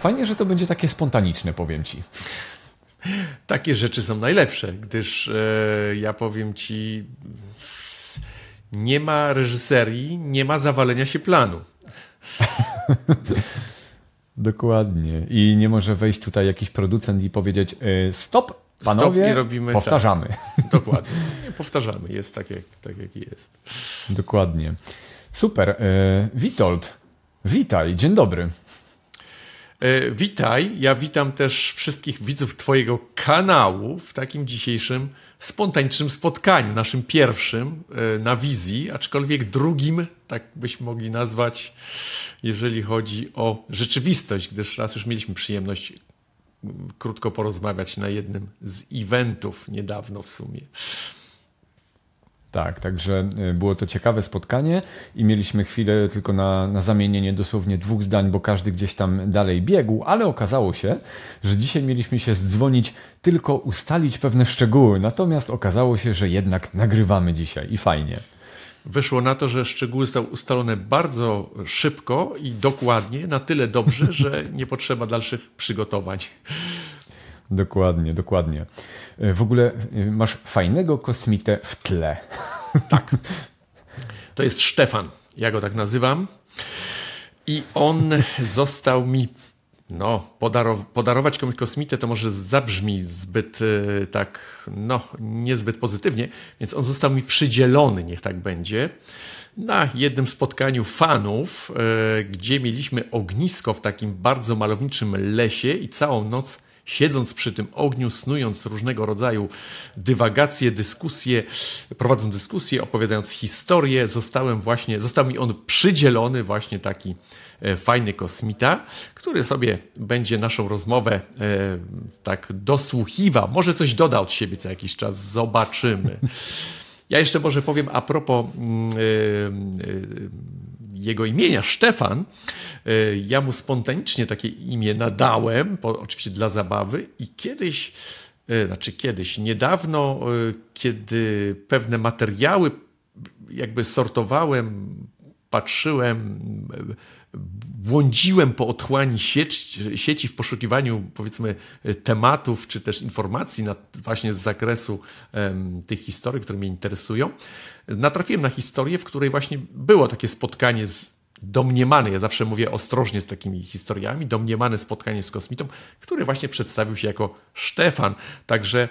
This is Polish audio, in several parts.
Fajnie, że to będzie takie spontaniczne, powiem ci. Takie rzeczy są najlepsze, gdyż ja powiem ci, nie ma reżyserii, nie ma zawalenia się planu. Dokładnie. I nie może wejść tutaj jakiś producent i powiedzieć stop, panowie, stop i robimy, powtarzamy. Tak, dokładnie. Nie powtarzamy, jest tak jak jest. Dokładnie. Super. Witold, witaj, dzień dobry. Witaj, ja witam też wszystkich widzów twojego kanału w takim dzisiejszym spontanicznym spotkaniu, naszym pierwszym na wizji, aczkolwiek drugim, tak byśmy mogli nazwać, jeżeli chodzi o rzeczywistość, gdyż raz już mieliśmy przyjemność krótko porozmawiać na jednym z eventów niedawno w sumie. Tak, także było to ciekawe spotkanie i mieliśmy chwilę tylko na zamienienie dosłownie 2 zdań, bo każdy gdzieś tam dalej biegł, ale okazało się, że dzisiaj mieliśmy się zdzwonić, tylko ustalić pewne szczegóły, natomiast okazało się, że jednak nagrywamy dzisiaj i fajnie. Wyszło na to, że szczegóły są ustalone bardzo szybko i dokładnie, na tyle dobrze, że nie potrzeba dalszych przygotowań. Dokładnie, dokładnie. W ogóle masz fajnego kosmitę w tle. Tak. To jest Stefan, ja go tak nazywam. I on został mi, podarować komuś kosmitę to może zabrzmi zbyt tak, niezbyt pozytywnie, więc on został mi przydzielony, niech tak będzie, na jednym spotkaniu fanów, gdzie mieliśmy ognisko w takim bardzo malowniczym lesie i całą noc siedząc przy tym ogniu, snując różnego rodzaju dywagacje, dyskusje, prowadząc dyskusje, opowiadając historię, został mi on przydzielony, właśnie taki fajny kosmita, który sobie będzie naszą rozmowę tak dosłuchiwał. Może coś doda od siebie co jakiś czas, zobaczymy. Ja jeszcze może powiem a propos jego imienia, Stefan. Ja mu spontanicznie takie imię nadałem, oczywiście dla zabawy i niedawno, kiedy pewne materiały jakby sortowałem, patrzyłem, błądziłem po otchłani sieci w poszukiwaniu, powiedzmy, tematów czy też informacji właśnie z zakresu tych historii, które mnie interesują. Natrafiłem na historię, w której właśnie było takie spotkanie domniemane, ja zawsze mówię ostrożnie z takimi historiami, domniemane spotkanie z kosmitą, który właśnie przedstawił się jako Stefan. Także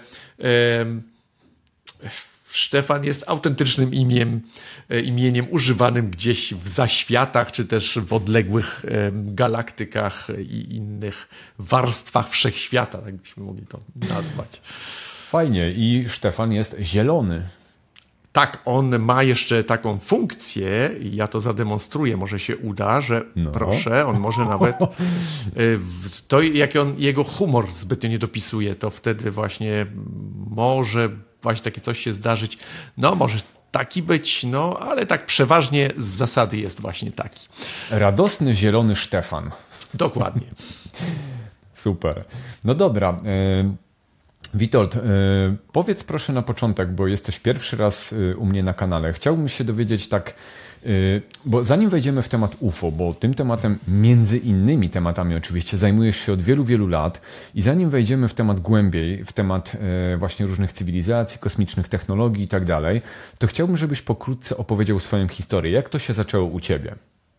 Stefan jest autentycznym imieniem używanym gdzieś w zaświatach, czy też w odległych galaktykach i innych warstwach wszechświata, tak byśmy mogli to nazwać. Fajnie. I Stefan jest zielony. Tak, on ma jeszcze taką funkcję i ja to zademonstruję, może się uda, że proszę, on może nawet to jak jego humor zbytnio nie dopisuje, to wtedy właśnie może właśnie takie coś się zdarzyć. Może taki być, ale tak przeważnie z zasady jest właśnie taki. Radosny, zielony Stefan. Dokładnie. Super. No dobra. Witold, powiedz proszę na początek, bo jesteś pierwszy raz u mnie na kanale. Chciałbym się dowiedzieć tak, bo zanim wejdziemy w temat UFO, bo tym tematem, między innymi tematami oczywiście, zajmujesz się od wielu, wielu lat i zanim wejdziemy w temat głębiej, w temat właśnie różnych cywilizacji, kosmicznych technologii i tak dalej, to chciałbym, żebyś pokrótce opowiedział swoją historię. Jak to się zaczęło u ciebie?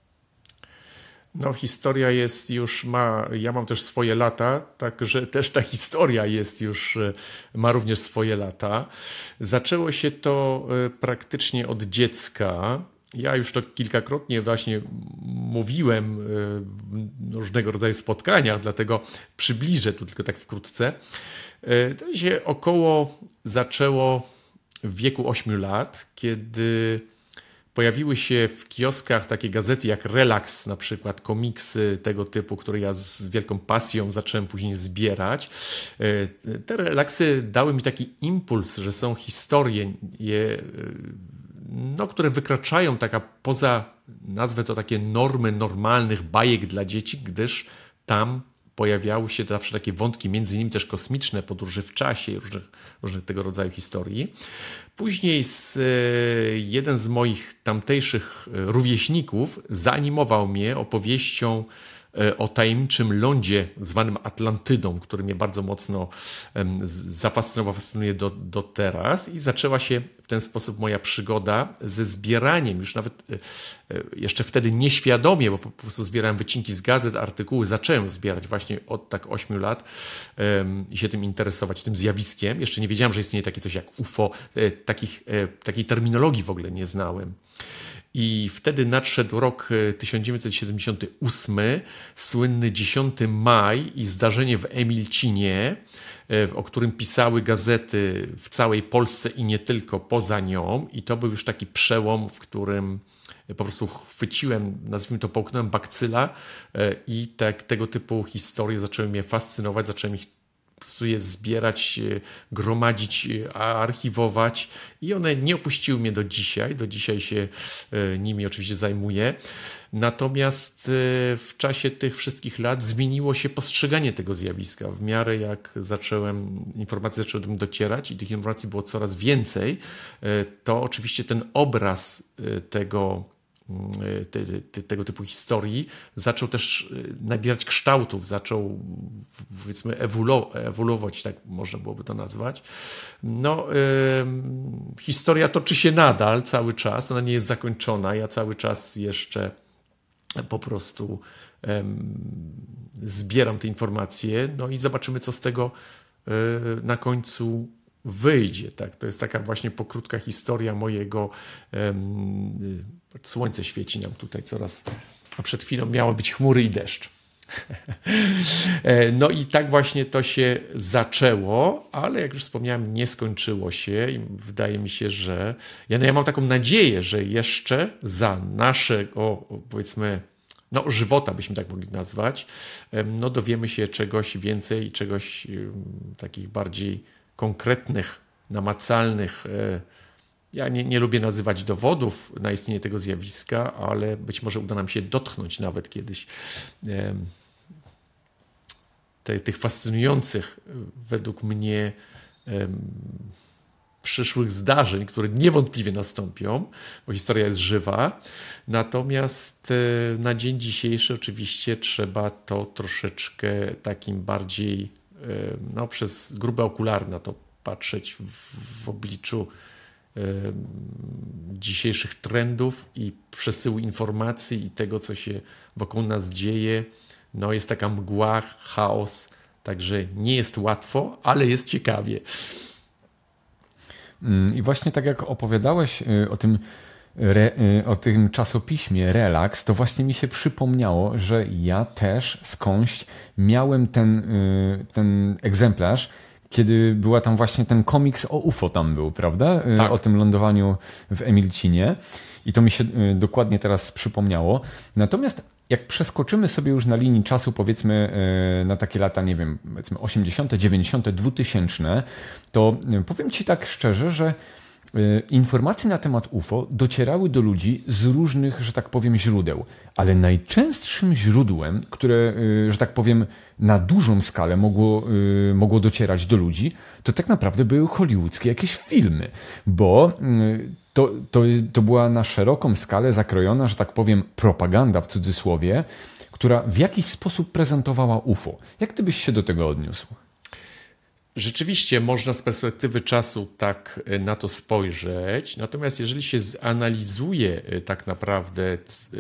Historia jest ja mam też swoje lata, także też ta historia ma również swoje lata. Zaczęło się to praktycznie od dziecka. Ja już to kilkakrotnie właśnie mówiłem w różnego rodzaju spotkaniach, dlatego przybliżę tu tylko tak wkrótce. To się zaczęło w wieku 8 lat, kiedy pojawiły się w kioskach takie gazety jak Relax, na przykład komiksy tego typu, które ja z wielką pasją zacząłem później zbierać. Te relaksy dały mi taki impuls, że są historie, które wykraczają poza, nazwę to takie normy normalnych bajek dla dzieci, gdyż tam pojawiały się zawsze takie wątki, między innymi też kosmiczne, podróży w czasie, różnych tego rodzaju historii. Później jeden z moich tamtejszych rówieśników zaanimował mnie opowieścią o tajemniczym lądzie zwanym Atlantydą, który mnie bardzo mocno fascynuje do teraz i zaczęła się w ten sposób moja przygoda ze zbieraniem, już nawet jeszcze wtedy nieświadomie, bo po prostu zbierałem wycinki z gazet, artykuły, zacząłem zbierać właśnie od tak 8 lat i się tym interesować, tym zjawiskiem. Jeszcze nie wiedziałem, że istnieje takie coś jak UFO, takiej terminologii w ogóle nie znałem. I wtedy nadszedł rok 1978, słynny 10 maj i zdarzenie w Emilcinie, o którym pisały gazety w całej Polsce i nie tylko poza nią. I to był już taki przełom, w którym po prostu chwyciłem, nazwijmy to, połknąłem bakcyla i tego typu historie zaczęły mnie fascynować, zacząłem ich je zbierać, gromadzić, archiwować i one nie opuściły mnie do dzisiaj. Do dzisiaj się nimi oczywiście zajmuję. Natomiast w czasie tych wszystkich lat zmieniło się postrzeganie tego zjawiska. W miarę jak informacje zaczęły do mnie docierać i tych informacji było coraz więcej, to oczywiście ten obraz tego typu historii zaczął też nabierać kształtów, zaczął, powiedzmy, ewoluować, tak można byłoby to nazwać. Historia toczy się nadal cały czas, ona nie jest zakończona, ja cały czas jeszcze po prostu zbieram te informacje, i zobaczymy, co z tego na końcu wyjdzie. Tak? To jest taka właśnie pokrótka historia mojego. Słońce świeci nam tutaj coraz, a przed chwilą miało być chmury i deszcz. I tak właśnie to się zaczęło, ale jak już wspomniałem, nie skończyło się i wydaje mi się, że ja mam taką nadzieję, że jeszcze za naszego, powiedzmy, żywota, byśmy tak mogli nazwać, dowiemy się czegoś więcej i czegoś takich bardziej konkretnych, namacalnych. Ja nie lubię nazywać dowodów na istnienie tego zjawiska, ale być może uda nam się dotknąć nawet kiedyś tych fascynujących według mnie przyszłych zdarzeń, które niewątpliwie nastąpią, bo historia jest żywa. Natomiast na dzień dzisiejszy oczywiście trzeba to troszeczkę takim bardziej przez grube okulary na to patrzeć w obliczu dzisiejszych trendów i przesyłu informacji i tego, co się wokół nas dzieje. Jest taka mgła, chaos, także nie jest łatwo, ale jest ciekawie. I właśnie tak jak opowiadałeś o tym czasopiśmie Relaks, to właśnie mi się przypomniało, że ja też skądś miałem ten egzemplarz, kiedy była tam właśnie ten komiks o UFO tam był, prawda? Tak. O tym lądowaniu w Emilcinie. I to mi się dokładnie teraz przypomniało. Natomiast jak przeskoczymy sobie już na linii czasu, powiedzmy na takie lata, nie wiem, powiedzmy 80., 90., 2000, to powiem Ci tak szczerze, że informacje na temat UFO docierały do ludzi z różnych, że tak powiem, źródeł. Ale najczęstszym źródłem, które, że tak powiem, na dużą skalę mogło docierać do ludzi, to tak naprawdę były hollywoodzkie jakieś filmy. Bo to była na szeroką skalę zakrojona, że tak powiem, propaganda w cudzysłowie, która w jakiś sposób prezentowała UFO. Jak ty byś się do tego odniósł? Rzeczywiście można z perspektywy czasu tak na to spojrzeć, natomiast jeżeli się zanalizuje tak naprawdę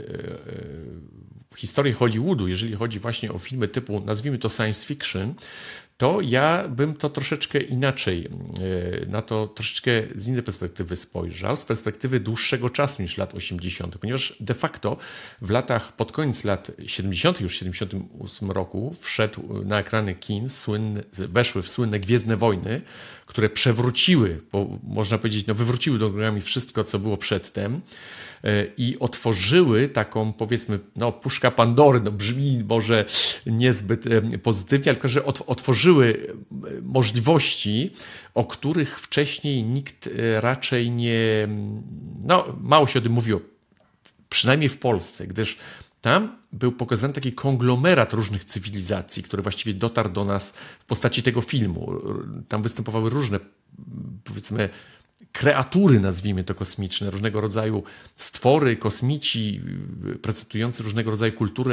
historię Hollywoodu, jeżeli chodzi właśnie o filmy typu, nazwijmy to science fiction, to ja bym to troszeczkę inaczej, na to troszeczkę z innej perspektywy spojrzał, z perspektywy dłuższego czasu niż lat 80., ponieważ de facto pod koniec lat 70., już w 78 roku wszedł na ekrany kin, weszły w słynne Gwiezdne Wojny, które przewróciły, bo można powiedzieć, wywróciły do góry wszystko, co było przedtem i otworzyły taką, powiedzmy, puszka Pandory, brzmi może niezbyt pozytywnie, ale że otworzyły możliwości, o których wcześniej nikt raczej nie, mało się o tym mówiło, przynajmniej w Polsce, gdyż tam był pokazany taki konglomerat różnych cywilizacji, który właściwie dotarł do nas w postaci tego filmu. Tam występowały różne, powiedzmy, kreatury, nazwijmy to, kosmiczne, różnego rodzaju stwory, kosmici, prezentujący różnego rodzaju kulturę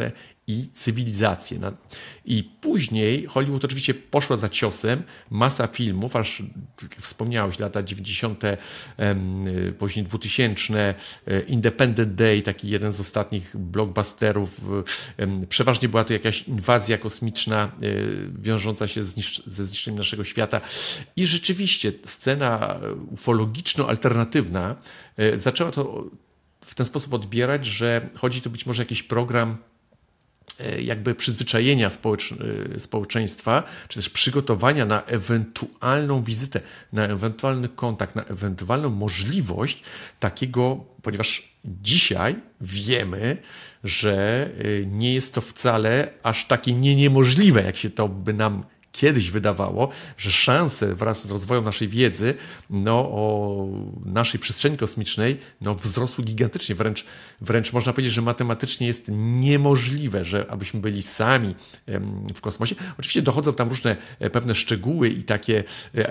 i cywilizację. I później Hollywood oczywiście poszła za ciosem, masa filmów, aż jak wspomniałeś, lata 90., później 2000, Independent Day, taki jeden z ostatnich blockbusterów. Przeważnie była to jakaś inwazja kosmiczna wiążąca się ze zniszczeniem naszego świata. I rzeczywiście scena ufologiczno-alternatywna zaczęła to w ten sposób odbierać, że chodzi tu być może jakiś program jakby przyzwyczajenia społeczeństwa, czy też przygotowania na ewentualną wizytę, na ewentualny kontakt, na ewentualną możliwość takiego, ponieważ dzisiaj wiemy, że nie jest to wcale aż takie niemożliwe, jak się to by nam kiedyś wydawało, że szanse wraz z rozwojem naszej wiedzy o naszej przestrzeni kosmicznej wzrosły gigantycznie. Wręcz można powiedzieć, że matematycznie jest niemożliwe, że abyśmy byli sami w kosmosie. Oczywiście dochodzą tam różne pewne szczegóły i takie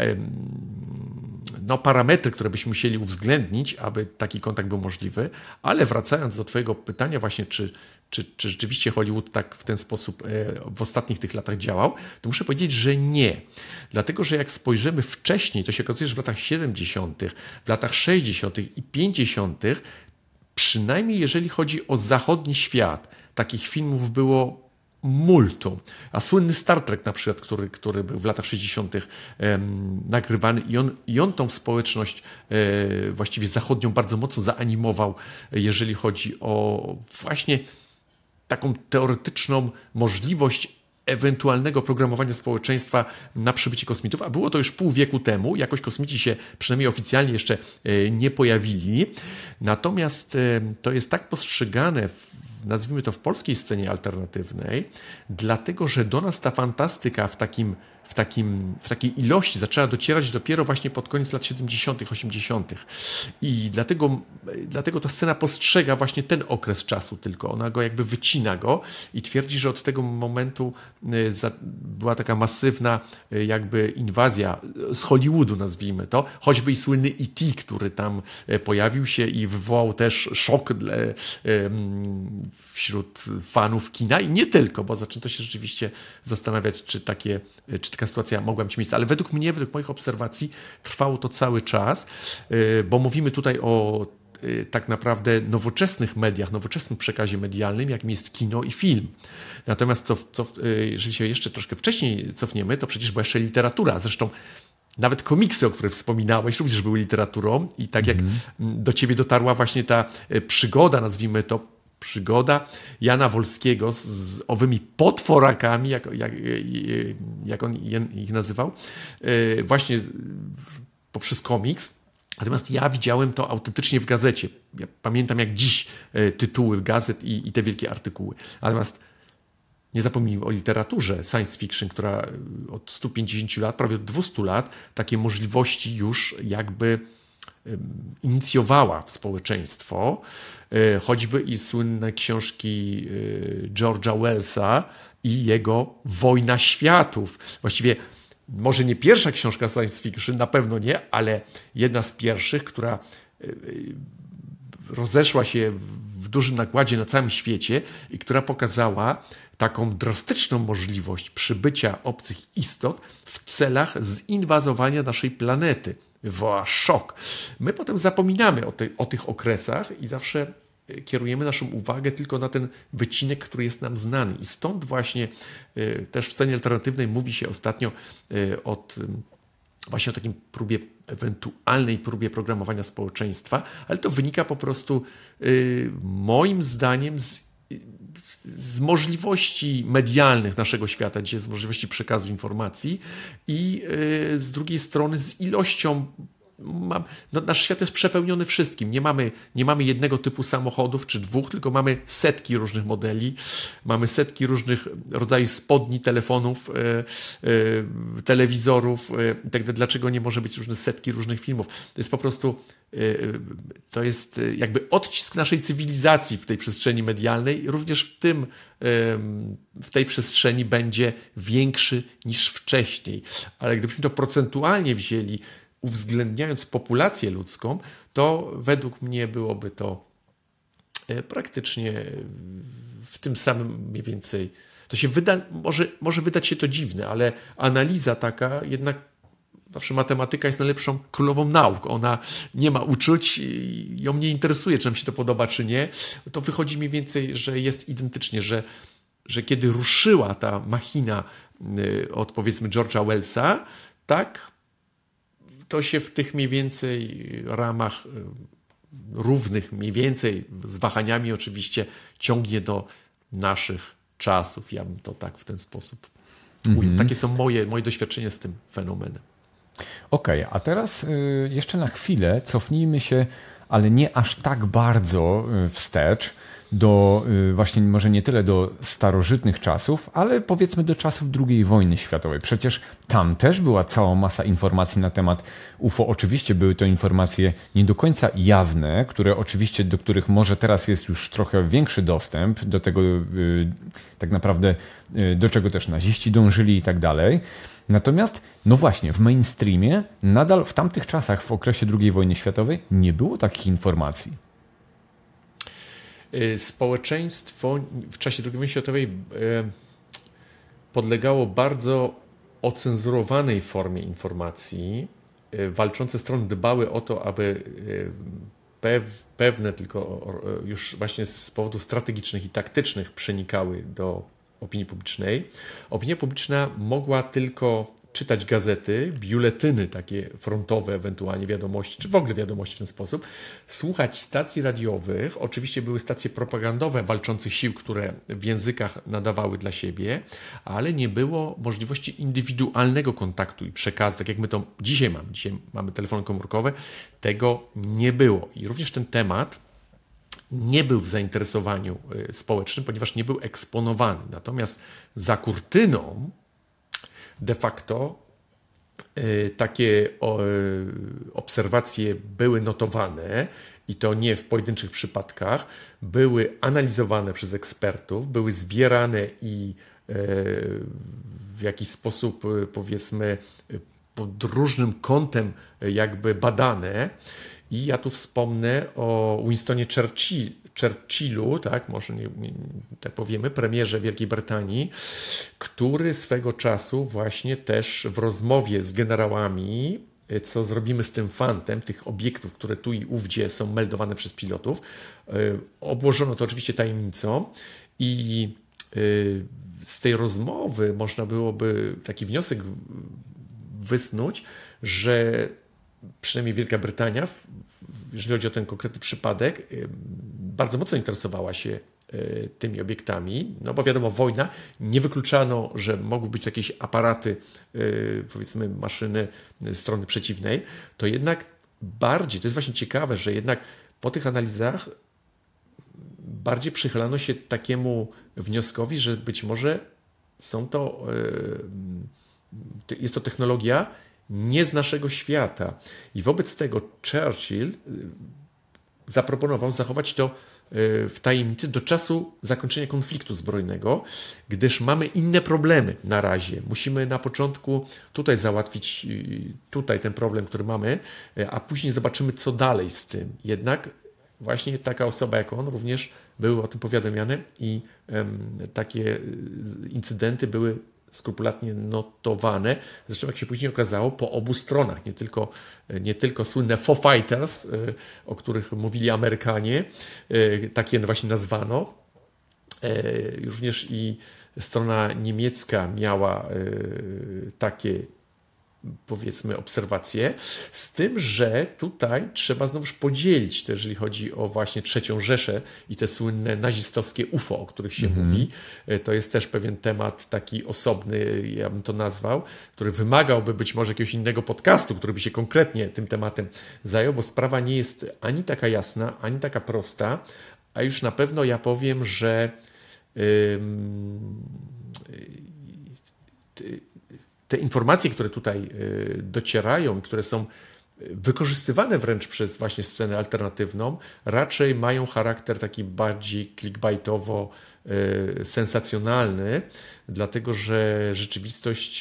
parametry, które byśmy musieli uwzględnić, aby taki kontakt był możliwy, ale wracając do twojego pytania właśnie, czy rzeczywiście Hollywood tak w ten sposób w ostatnich tych latach działał, to muszę powiedzieć, że nie. Dlatego, że jak spojrzymy wcześniej, to się okazuje, że w latach 70., w latach 60. i 50., przynajmniej jeżeli chodzi o zachodni świat, takich filmów było multum. A słynny Star Trek na przykład, który był w latach 60. Nagrywany i on tą społeczność właściwie zachodnią bardzo mocno zaanimował, jeżeli chodzi o właśnie taką teoretyczną możliwość ewentualnego programowania społeczeństwa na przybycie kosmitów, a było to już pół wieku temu. Jakoś kosmici się przynajmniej oficjalnie jeszcze nie pojawili. Natomiast to jest tak postrzegane, nazwijmy to w polskiej scenie alternatywnej, dlatego że do nas ta fantastyka w takiej ilości zaczęła docierać dopiero właśnie pod koniec lat 70., 80. I dlatego ta scena postrzega właśnie ten okres czasu tylko. Ona go jakby wycina go i twierdzi, że od tego momentu była taka masywna jakby inwazja z Hollywoodu, nazwijmy to, choćby i słynny E.T., który tam pojawił się i wywołał też szok wśród fanów kina i nie tylko, bo zaczęto się rzeczywiście zastanawiać, czy taka sytuacja mogła mieć miejsce. Ale według moich obserwacji trwało to cały czas, bo mówimy tutaj o tak naprawdę nowoczesnych mediach, nowoczesnym przekazie medialnym, jakim jest kino i film. Natomiast jeżeli się jeszcze troszkę wcześniej cofniemy, to przecież była jeszcze literatura. Zresztą nawet komiksy, o których wspominałeś, również były literaturą i tak jak do ciebie dotarła właśnie ta przygoda, nazwijmy to, przygoda Jana Wolskiego z owymi potworakami, jak on ich nazywał, właśnie poprzez komiks. Natomiast ja widziałem to autentycznie w gazecie. Ja pamiętam jak dziś tytuły gazet i te wielkie artykuły. Natomiast nie zapomnijmy o literaturze science fiction, która od 150 lat, prawie od 200 lat, takie możliwości już jakby inicjowała w społeczeństwo. Choćby i słynne książki George'a Wellsa i jego Wojna Światów. Właściwie może nie pierwsza książka science fiction, na pewno nie, ale jedna z pierwszych, która rozeszła się w dużym nakładzie na całym świecie i która pokazała taką drastyczną możliwość przybycia obcych istot w celach zinwazowania naszej planety. Wywoła szok. My potem zapominamy o tych okresach i zawsze kierujemy naszą uwagę tylko na ten wycinek, który jest nam znany. I stąd właśnie też w scenie alternatywnej mówi się ostatnio właśnie o takim ewentualnej próbie programowania społeczeństwa, ale to wynika po prostu moim zdaniem z możliwości medialnych naszego świata, gdzie z możliwości przekazu informacji i z drugiej strony z ilością. Nasz świat jest przepełniony wszystkim. Nie mamy jednego typu samochodów czy dwóch, tylko mamy setki różnych modeli, mamy setki różnych rodzajów spodni, telefonów, telewizorów. Dlaczego nie może być setki różnych filmów? To jest po prostu to jest jakby odcisk naszej cywilizacji w tej przestrzeni medialnej. Również w tej przestrzeni będzie większy niż wcześniej. Ale gdybyśmy to procentualnie wzięli, uwzględniając populację ludzką, to według mnie byłoby to praktycznie w tym samym mniej więcej. To się może wydać się to dziwne, ale analiza taka jednak zawsze matematyka jest najlepszą królową nauk. Ona nie ma uczuć, ją nie interesuje, czy nam się to podoba, czy nie. To wychodzi mniej więcej, że jest identycznie, że kiedy ruszyła ta machina od powiedzmy George'a Wellsa, tak, to się w tych mniej więcej ramach równych, mniej więcej z wahaniami oczywiście ciągnie do naszych czasów. Ja bym to tak w ten sposób ujął. Takie są moje doświadczenia z tym fenomenem. Okej, a teraz jeszcze na chwilę cofnijmy się, ale nie aż tak bardzo wstecz, do właśnie może nie tyle do starożytnych czasów, ale powiedzmy do czasów II wojny światowej. Przecież tam też była cała masa informacji na temat UFO. Oczywiście były to informacje nie do końca jawne, do których może teraz jest już trochę większy dostęp, do tego tak naprawdę do czego też naziści dążyli i tak dalej. Natomiast, no właśnie, w mainstreamie nadal w tamtych czasach, w okresie II wojny światowej, nie było takich informacji. Społeczeństwo w czasie II wojny światowej podlegało bardzo ocenzurowanej formie informacji. Walczące strony dbały o to, aby pewne tylko już właśnie z powodów strategicznych i taktycznych przenikały do opinii publicznej. Opinia publiczna mogła tylko czytać gazety, biuletyny takie frontowe, ewentualnie wiadomości, czy w ogóle wiadomości w ten sposób, słuchać stacji radiowych. Oczywiście były stacje propagandowe walczących sił, które w językach nadawały dla siebie, ale nie było możliwości indywidualnego kontaktu i przekazu, tak jak my to dzisiaj mamy. Dzisiaj mamy telefony komórkowe. Tego nie było. I również ten temat nie był w zainteresowaniu społecznym, ponieważ nie był eksponowany. Natomiast za kurtyną de facto takie obserwacje były notowane i to nie w pojedynczych przypadkach, były analizowane przez ekspertów, były zbierane i w jakiś sposób, powiedzmy, pod różnym kątem jakby badane. I ja tu wspomnę o Winstonie Churchillu, tak, może tak powiemy, premierze Wielkiej Brytanii, który swego czasu właśnie też w rozmowie z generałami, co zrobimy z tym fantem, tych obiektów, które tu i ówdzie są meldowane przez pilotów, obłożono to oczywiście tajemnicą i z tej rozmowy można byłoby taki wniosek wysnuć, że przynajmniej Wielka Brytania, jeżeli chodzi o ten konkretny przypadek, bardzo mocno interesowała się tymi obiektami, no bo wiadomo, wojna, nie wykluczano, że mogły być jakieś aparaty, powiedzmy maszyny strony przeciwnej, to jednak bardziej, to jest właśnie ciekawe, że jednak po tych analizach bardziej przychylano się takiemu wnioskowi, że być może jest to technologia nie z naszego świata. I wobec tego Churchill zaproponował zachować to w tajemnicy do czasu zakończenia konfliktu zbrojnego, gdyż mamy inne problemy na razie. Musimy na początku tutaj załatwić ten problem, który mamy, a później zobaczymy, co dalej z tym. Jednak właśnie taka osoba jak on również były o tym powiadamiane i takie incydenty były skrupulatnie notowane. Zresztą jak się później okazało, po obu stronach, nie tylko słynne Foo Fighters, o których mówili Amerykanie, takie właśnie nazwano, również i strona niemiecka miała takie, powiedzmy, obserwacje, z tym, że tutaj trzeba znowuż podzielić to, jeżeli chodzi o właśnie III Rzeszę i te słynne nazistowskie UFO, o których się mówi. To jest też pewien temat taki osobny, ja bym to nazwał, który wymagałby być może jakiegoś innego podcastu, który by się konkretnie tym tematem zajął, bo sprawa nie jest ani taka jasna, ani taka prosta, a już na pewno ja powiem, że te informacje, które tutaj docierają, które są wykorzystywane wręcz przez właśnie scenę alternatywną, raczej mają charakter taki bardziej clickbaitowo sensacjonalny, dlatego że rzeczywistość,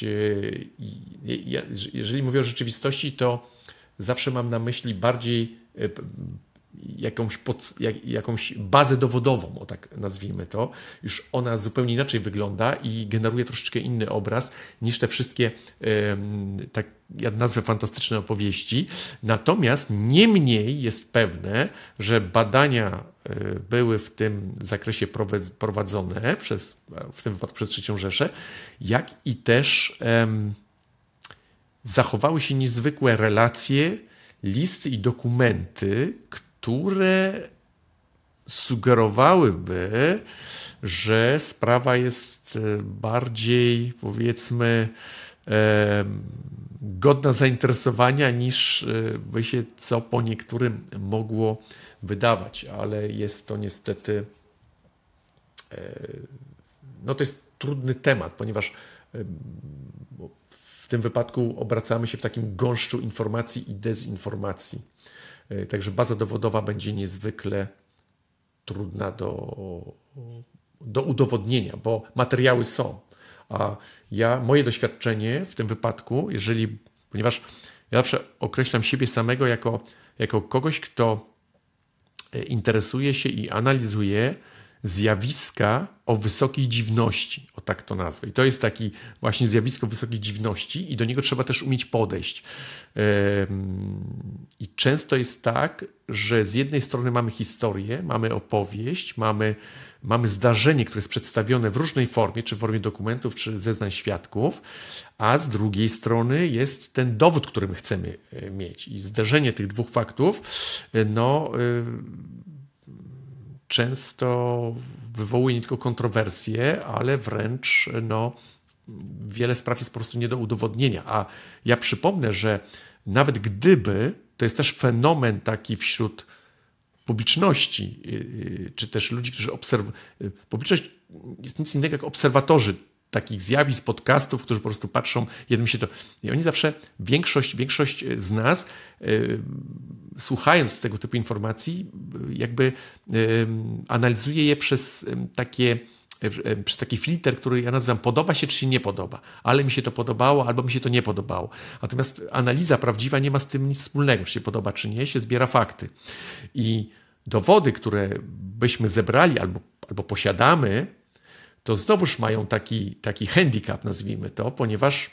jeżeli mówię o rzeczywistości, to zawsze mam na myśli bardziej jakąś bazę dowodową, o tak nazwijmy to. Już ona zupełnie inaczej wygląda i generuje troszeczkę inny obraz niż te wszystkie, tak ja nazwę fantastyczne opowieści. Natomiast niemniej jest pewne, że badania były w tym zakresie prowadzone w tym wypadku przez III Rzeszę, jak i też zachowały się niezwykłe relacje, listy i dokumenty, które sugerowałyby, że sprawa jest bardziej, powiedzmy, godna zainteresowania niż by się co po niektórym mogło wydawać, ale jest to niestety no to jest trudny temat, ponieważ w tym wypadku obracamy się w takim gąszczu informacji i dezinformacji. Także baza dowodowa będzie niezwykle trudna do udowodnienia, bo materiały są. A moje doświadczenie w tym wypadku, ponieważ ja zawsze określam siebie samego jako kogoś, kto interesuje się i analizuje zjawiska o wysokiej dziwności, o tak to nazwę. I to jest taki właśnie zjawisko wysokiej dziwności i do niego trzeba też umieć podejść. I często jest tak, że z jednej strony mamy historię, mamy opowieść, mamy zdarzenie, które jest przedstawione w różnej formie, czy w formie dokumentów, czy zeznań świadków, a z drugiej strony jest ten dowód, który my chcemy mieć. I zderzenie tych dwóch faktów, często wywołuje nie tylko kontrowersje, ale wręcz wiele spraw jest po prostu nie do udowodnienia. A ja przypomnę, że nawet gdyby, to jest też fenomen taki wśród publiczności, czy też ludzi, którzy obserwują. Publiczność jest nic innego jak obserwatorzy takich zjawisk, podcastów, którzy po prostu patrzą, jednym się to. I oni zawsze, większość z nas, słuchając tego typu informacji, jakby analizuje je przez taki filtr, który ja nazywam podoba się, czy się nie podoba. Ale mi się to podobało, albo mi się to nie podobało. Natomiast analiza prawdziwa nie ma z tym nic wspólnego, czy się podoba, czy nie, się zbiera fakty. I dowody, które byśmy zebrali albo posiadamy, to znowuż mają taki handicap, nazwijmy to, ponieważ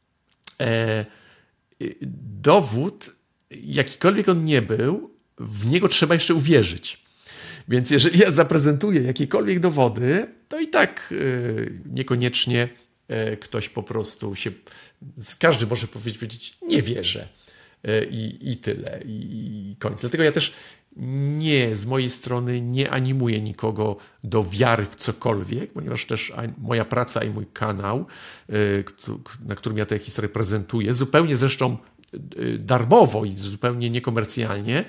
dowód, jakikolwiek on nie był, w niego trzeba jeszcze uwierzyć. Więc jeżeli ja zaprezentuję jakiekolwiek dowody, to i tak niekoniecznie ktoś po prostu każdy może powiedzieć, nie wierzę i tyle, i koniec. Dlatego ja też z mojej strony nie animuję nikogo do wiary w cokolwiek, ponieważ też moja praca i mój kanał, na którym ja tę historię prezentuję, zupełnie zresztą darmowo i zupełnie niekomercjalnie,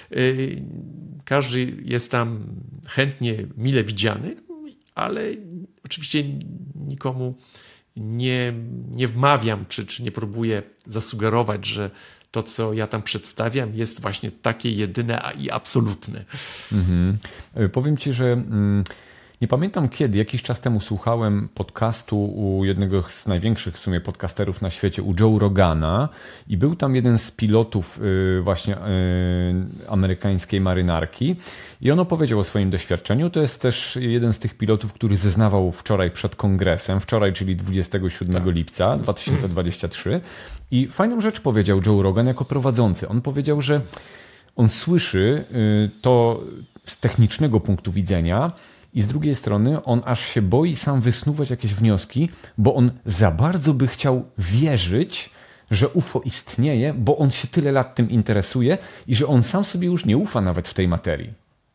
każdy jest tam chętnie, mile widziany, ale oczywiście nikomu nie wmawiam, czy nie próbuję zasugerować, że to, co ja tam przedstawiam, jest właśnie takie jedyne i absolutne. Powiem ci, że nie pamiętam kiedy, jakiś czas temu słuchałem podcastu u jednego z największych w sumie podcasterów na świecie, u Joe Rogana, i był tam jeden z pilotów właśnie amerykańskiej marynarki i on opowiedział o swoim doświadczeniu. To jest też jeden z tych pilotów, który zeznawał wczoraj przed kongresem, czyli 27 lipca 2023, i fajną rzecz powiedział Joe Rogan jako prowadzący. On powiedział, że on słyszy to z technicznego punktu widzenia, i z drugiej strony on aż się boi sam wysnuwać jakieś wnioski, bo on za bardzo by chciał wierzyć, że UFO istnieje, bo on się tyle lat tym interesuje i że on sam sobie już nie ufa nawet w tej materii.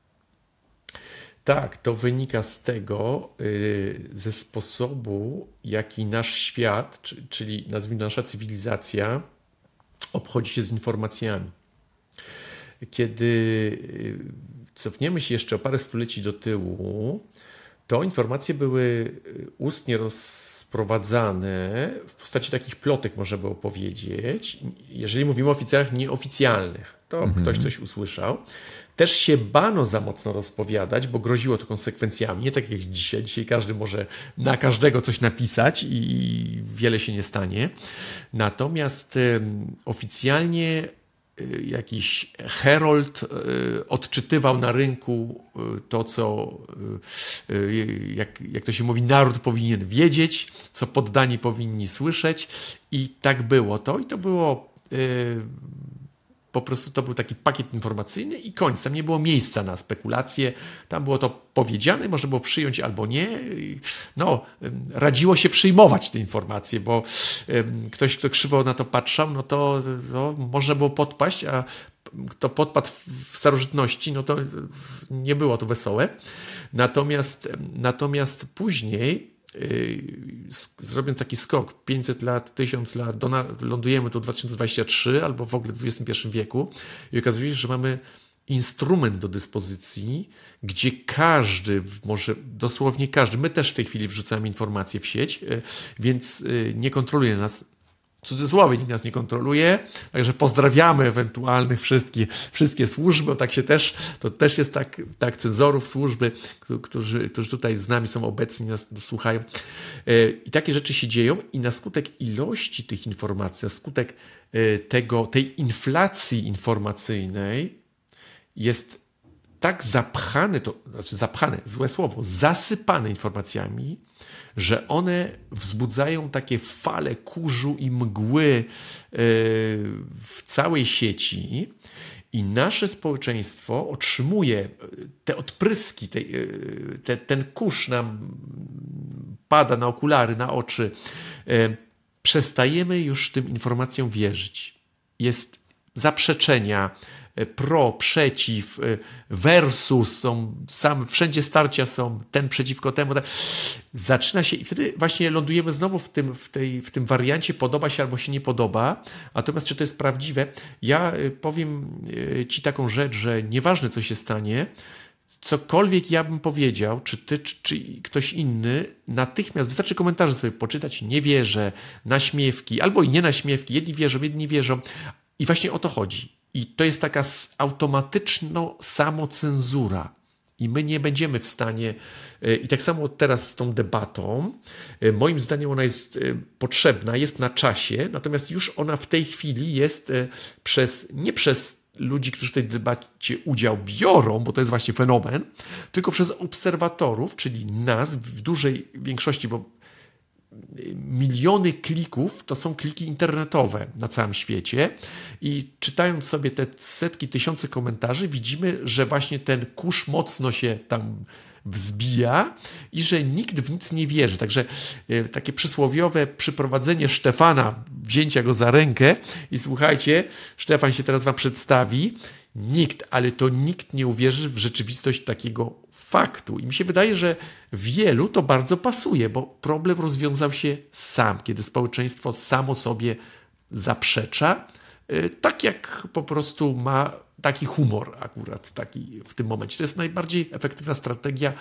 Tak, to wynika z tego, ze sposobu, jaki nasz świat, czyli nazwijmy nasza cywilizacja, obchodzi się z informacjami. Kiedy cofniemy się jeszcze o parę stuleci do tyłu, to informacje były ustnie rozprowadzane w postaci takich plotek, można było powiedzieć. Jeżeli mówimy o oficjalach nieoficjalnych, to ktoś coś usłyszał. Też się bano za mocno rozpowiadać, bo groziło to konsekwencjami. Nie tak jak dzisiaj. Dzisiaj każdy może na każdego coś napisać i wiele się nie stanie. Natomiast oficjalnie jakiś herold odczytywał na rynku to, co, jak to się mówi, naród powinien wiedzieć, co poddani powinni słyszeć, i tak było to. I to było po prostu, to był taki pakiet informacyjny i koniec. Tam nie było miejsca na spekulacje. Tam było to powiedziane, można było przyjąć albo nie. No, radziło się przyjmować te informacje, bo ktoś, kto krzywo na to patrzał, no to można było podpaść, a kto podpadł w starożytności, no to nie było to wesołe. Natomiast później, zrobiąc taki skok 500 lat, 1000 lat, lądujemy tu 2023 albo w ogóle w XXI wieku i okazuje się, że mamy instrument do dyspozycji, gdzie każdy, może dosłownie każdy, my też w tej chwili wrzucamy informacje w sieć, więc nie kontroluje nas, w cudzysłowie nikt nas nie kontroluje, także pozdrawiamy ewentualnych wszystkie służby, bo tak się też, to też jest tak cenzorów służby, którzy tutaj z nami są obecni, nas słuchają. I takie rzeczy się dzieją i na skutek ilości tych informacji, na skutek tej inflacji informacyjnej jest tak zapchane, złe słowo, zasypane informacjami, że one wzbudzają takie fale kurzu i mgły w całej sieci i nasze społeczeństwo otrzymuje te odpryski, ten kurz nam pada na okulary, na oczy. Przestajemy już tym informacjom wierzyć. Jest zaprzeczenia, pro, przeciw, versus, wszędzie starcia są, ten przeciwko temu. Zaczyna się i wtedy właśnie lądujemy znowu w tym wariancie podoba się albo się nie podoba. Natomiast czy to jest prawdziwe? Ja powiem ci taką rzecz, że nieważne co się stanie, cokolwiek ja bym powiedział, czy ty, czy ktoś inny, natychmiast wystarczy komentarze sobie poczytać, nie wierzę, naśmiewki, albo i nie naśmiewki, jedni wierzą, jedni wierzą. I właśnie o to chodzi. I to jest taka automatyczna samocenzura. I my nie będziemy w stanie, i tak samo teraz z tą debatą, moim zdaniem ona jest potrzebna, jest na czasie, natomiast już ona w tej chwili jest nie przez ludzi, którzy w tej debacie udział biorą, bo to jest właśnie fenomen, tylko przez obserwatorów, czyli nas w dużej większości, bo miliony klików to są kliki internetowe na całym świecie i czytając sobie te setki, tysiące komentarzy widzimy, że właśnie ten kurz mocno się tam wzbija i że nikt w nic nie wierzy. Także takie przysłowiowe przyprowadzenie Stefana, wzięcia go za rękę i słuchajcie, Stefan się teraz wam przedstawi. Nikt nie uwierzy w rzeczywistość takiego faktu. I mi się wydaje, że wielu to bardzo pasuje, bo problem rozwiązał się sam, kiedy społeczeństwo samo sobie zaprzecza, tak jak po prostu ma taki humor akurat taki w tym momencie. To jest najbardziej efektywna strategia.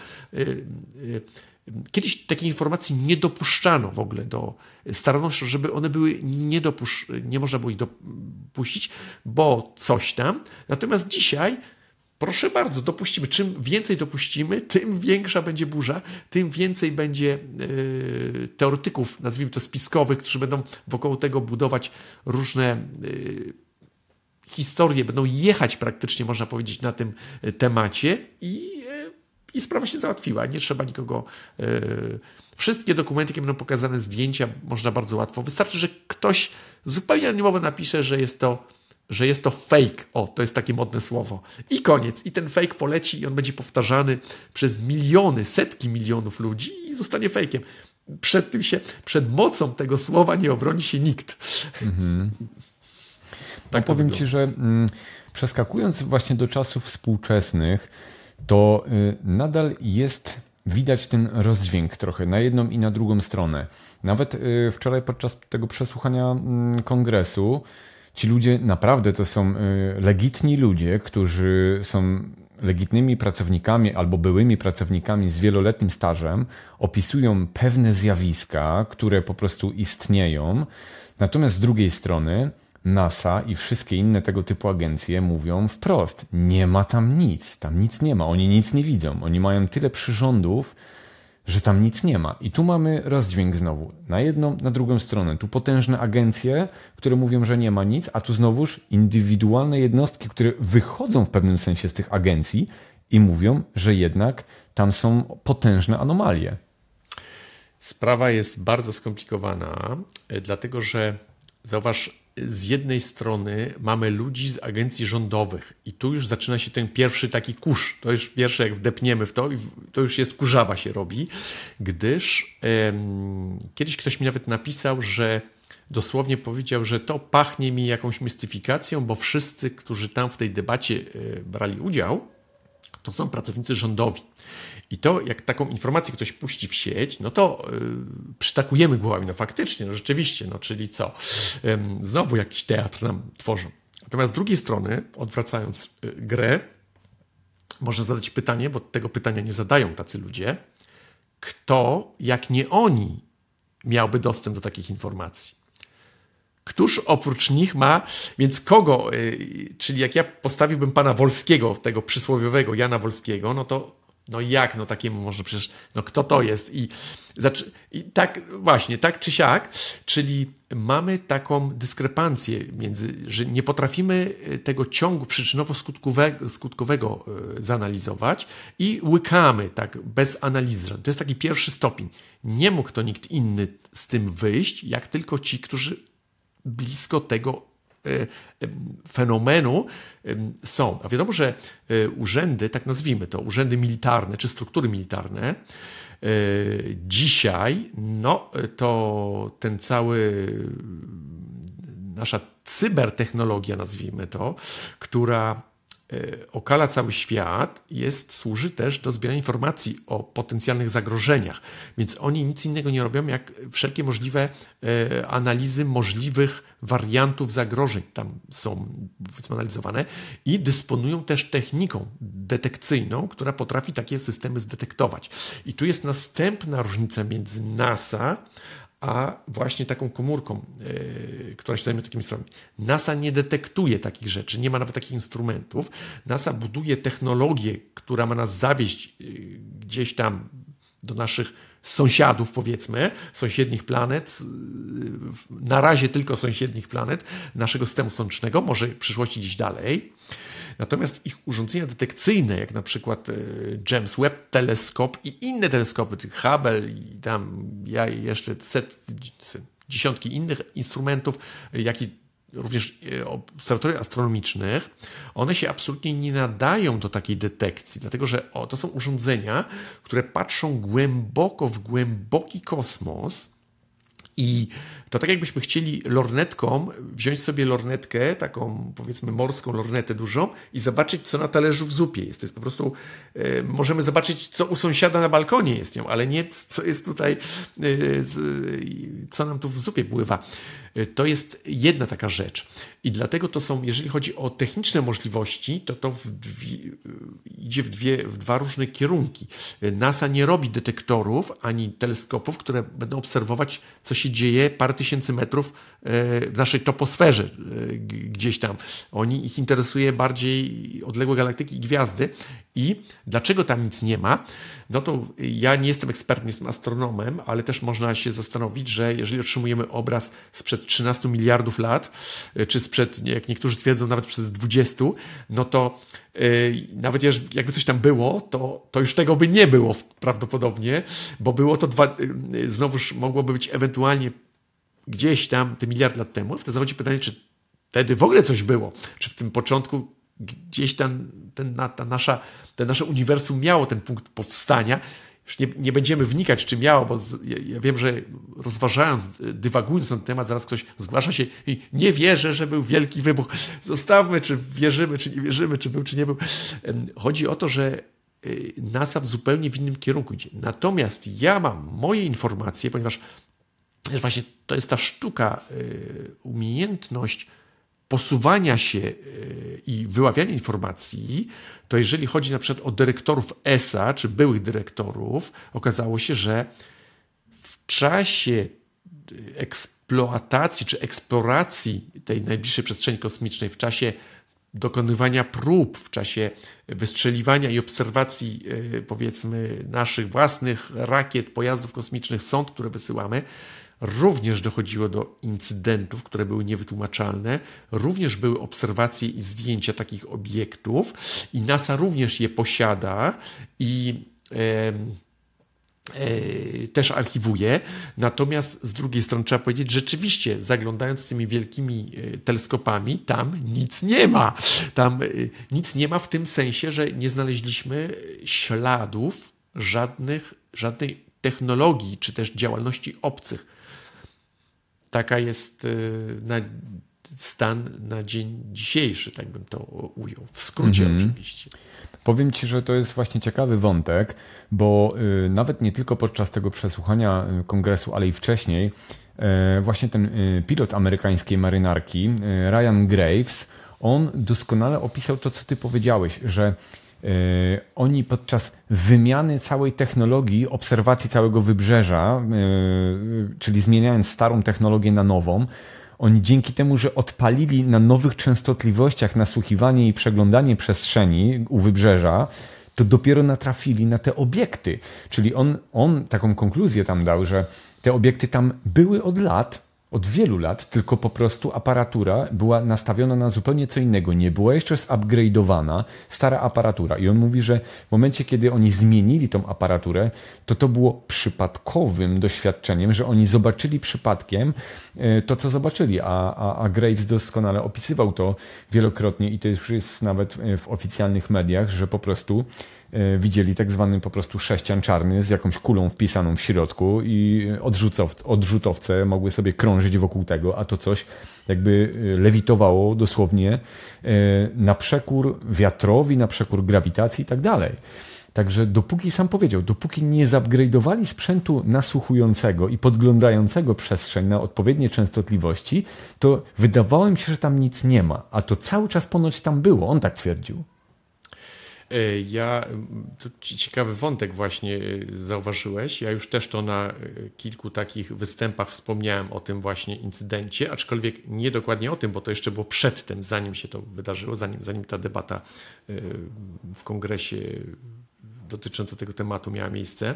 Kiedyś takiej informacji nie dopuszczano w ogóle starano się, żeby one były nie można było ich dopuścić, bo coś tam. Natomiast dzisiaj proszę bardzo, dopuścimy. Czym więcej dopuścimy, tym większa będzie burza, tym więcej będzie teoretyków, nazwijmy to spiskowych, którzy będą wokół tego budować różne historie, będą jechać praktycznie, można powiedzieć, na tym temacie i sprawa się załatwiła. Nie trzeba nikogo... Wszystkie dokumenty, jakie będą pokazane, zdjęcia, można bardzo łatwo. Wystarczy, że ktoś zupełnie anonimowo napisze, że jest to fake. O, to jest takie modne słowo. I koniec. I ten fake poleci i on będzie powtarzany przez miliony, setki milionów ludzi i zostanie fejkiem. Przed mocą tego słowa nie obroni się nikt. Mhm. Tak, powiem ci, że przeskakując właśnie do czasów współczesnych, to nadal widać ten rozdźwięk trochę na jedną i na drugą stronę. Nawet wczoraj podczas tego przesłuchania kongresu ci ludzie naprawdę to są legitni ludzie, którzy są legitnymi pracownikami albo byłymi pracownikami z wieloletnim stażem, opisują pewne zjawiska, które po prostu istnieją. Natomiast z drugiej strony NASA i wszystkie inne tego typu agencje mówią wprost, nie ma tam nic nie ma, oni nic nie widzą, oni mają tyle przyrządów, że tam nic nie ma. I tu mamy rozdźwięk znowu. Na jedną, na drugą stronę. Tu potężne agencje, które mówią, że nie ma nic, a tu znowuż indywidualne jednostki, które wychodzą w pewnym sensie z tych agencji i mówią, że jednak tam są potężne anomalie. Sprawa jest bardzo skomplikowana, dlatego że zauważ, z jednej strony mamy ludzi z agencji rządowych i tu już zaczyna się ten pierwszy taki kurz. To już pierwsze, jak wdepniemy w to, to już jest kurzawa się robi, gdyż kiedyś ktoś mi nawet napisał, że dosłownie powiedział, że to pachnie mi jakąś mistyfikacją, bo wszyscy, którzy tam w tej debacie brali udział, to są pracownicy rządowi. I to, jak taką informację ktoś puści w sieć, no to przytakujemy głowami. No faktycznie, no rzeczywiście, no czyli co? Znowu jakiś teatr nam tworzą. Natomiast z drugiej strony, odwracając grę, można zadać pytanie, bo tego pytania nie zadają tacy ludzie, kto, jak nie oni, miałby dostęp do takich informacji? Któż oprócz nich ma, więc kogo, czyli jak ja postawiłbym pana Wolskiego, tego przysłowiowego Jana Wolskiego, no to no jak, no takiemu może przecież, no kto to jest? I tak właśnie, tak czy siak, czyli mamy taką dyskrepancję między, że nie potrafimy tego ciągu przyczynowo-skutkowego zanalizować i łykamy tak bez analizy. To jest taki pierwszy stopień. Nie mógł to nikt inny z tym wyjść, jak tylko ci, którzy blisko tego fenomenu są. A wiadomo, że urzędy, tak nazwijmy to, urzędy militarne czy struktury militarne, dzisiaj, no to ten cały nasza cybertechnologia, nazwijmy to, która okala cały świat, służy też do zbierania informacji o potencjalnych zagrożeniach. Więc oni nic innego nie robią, jak wszelkie możliwe analizy możliwych wariantów zagrożeń tam są analizowane i dysponują też techniką detekcyjną, która potrafi takie systemy zdetektować. I tu jest następna różnica między NASA a właśnie taką komórką, która się zajmuje takimi sprawami. NASA nie detektuje takich rzeczy, nie ma nawet takich instrumentów. NASA buduje technologię, która ma nas zawieźć gdzieś tam do naszych sąsiadów, powiedzmy, sąsiednich planet, na razie tylko sąsiednich planet naszego systemu słonecznego, może w przyszłości gdzieś dalej. Natomiast ich urządzenia detekcyjne, jak na przykład James Webb teleskop i inne teleskopy, Hubble i tam jeszcze dziesiątki innych instrumentów, jak i również obserwatoriów astronomicznych, one się absolutnie nie nadają do takiej detekcji, dlatego że to są urządzenia, które patrzą głęboko w głęboki kosmos. I to tak jakbyśmy chcieli lornetką wziąć sobie lornetkę, taką powiedzmy morską lornetę dużą i zobaczyć, co na talerzu w zupie jest. To jest po prostu, możemy zobaczyć, co u sąsiada na balkonie jest nią, ale nie co jest tutaj, co nam tu w zupie pływa. To jest jedna taka rzecz. I dlatego to są, jeżeli chodzi o techniczne możliwości, to idzie w dwa różne kierunki. NASA nie robi detektorów ani teleskopów, które będą obserwować, co się dzieje parę tysięcy metrów w naszej toposferze gdzieś tam. Ich interesuje bardziej odległe galaktyki i gwiazdy. I dlaczego tam nic nie ma? No to ja nie jestem ekspertem, jestem astronomem, ale też można się zastanowić, że jeżeli otrzymujemy obraz sprzed 13 miliardów lat, czy sprzed, jak niektórzy twierdzą, nawet przez 20, no to nawet jakby coś tam było, to już tego by nie było prawdopodobnie, bo było to znowuż mogłoby być ewentualnie gdzieś tam te miliard lat temu. Wtedy zachodzi pytanie, czy wtedy w ogóle coś było, czy w tym początku gdzieś tam te nasze uniwersum miało ten punkt powstania. Już nie będziemy wnikać, czy miało, bo ja wiem, że rozważając, dywagując na ten temat, zaraz ktoś zgłasza się i nie wierzę, że był wielki wybuch. Zostawmy, czy wierzymy, czy nie wierzymy, czy był, czy nie był. Chodzi o to, że NASA w zupełnie w innym kierunku idzie. Natomiast ja mam moje informacje, ponieważ właśnie to jest ta sztuka, umiejętność posuwania się i wyławiania informacji, to jeżeli chodzi na przykład o dyrektorów ESA, czy byłych dyrektorów, okazało się, że w czasie eksploatacji, czy eksploracji tej najbliższej przestrzeni kosmicznej, w czasie dokonywania prób, w czasie wystrzeliwania i obserwacji, powiedzmy, naszych własnych rakiet, pojazdów kosmicznych, sond, które wysyłamy, również dochodziło do incydentów, które były niewytłumaczalne. Również były obserwacje i zdjęcia takich obiektów i NASA również je posiada i też archiwuje. Natomiast z drugiej strony trzeba powiedzieć, rzeczywiście zaglądając tymi wielkimi teleskopami, tam nic nie ma. Tam nic nie ma w tym sensie, że nie znaleźliśmy śladów żadnej technologii czy też działalności obcych. Taka jest stan na dzień dzisiejszy, tak bym to ujął. W skrócie oczywiście. Powiem Ci, że to jest właśnie ciekawy wątek, bo nawet nie tylko podczas tego przesłuchania kongresu, ale i wcześniej właśnie ten pilot amerykańskiej marynarki, Ryan Graves, on doskonale opisał to, co Ty powiedziałeś, że oni podczas wymiany całej technologii, obserwacji całego wybrzeża, czyli zmieniając starą technologię na nową, oni dzięki temu, że odpalili na nowych częstotliwościach nasłuchiwanie i przeglądanie przestrzeni u wybrzeża, to dopiero natrafili na te obiekty. Czyli on taką konkluzję tam dał, że te obiekty tam były od wielu lat, tylko po prostu aparatura była nastawiona na zupełnie co innego. Nie była jeszcze zupgrade'owana stara aparatura. I on mówi, że w momencie, kiedy oni zmienili tą aparaturę, to było przypadkowym doświadczeniem, że oni zobaczyli przypadkiem to, co zobaczyli. A Graves doskonale opisywał to wielokrotnie i to już jest nawet w oficjalnych mediach, że po prostu widzieli tak zwany po prostu sześcian czarny z jakąś kulą wpisaną w środku i odrzutowce mogły sobie krążyć wokół tego, a to coś jakby lewitowało dosłownie na przekór wiatrowi, na przekór grawitacji i tak dalej. Także dopóki nie zupgrade'owali sprzętu nasłuchującego i podglądającego przestrzeń na odpowiednie częstotliwości, to wydawało mi się, że tam nic nie ma, a to cały czas ponoć tam było, on tak twierdził. Tu ciekawy wątek właśnie zauważyłeś. Ja już też to na kilku takich występach wspomniałem o tym właśnie incydencie, aczkolwiek nie dokładnie o tym, bo to jeszcze było przedtem, zanim się to wydarzyło, zanim ta debata w kongresie dotycząca tego tematu miała miejsce.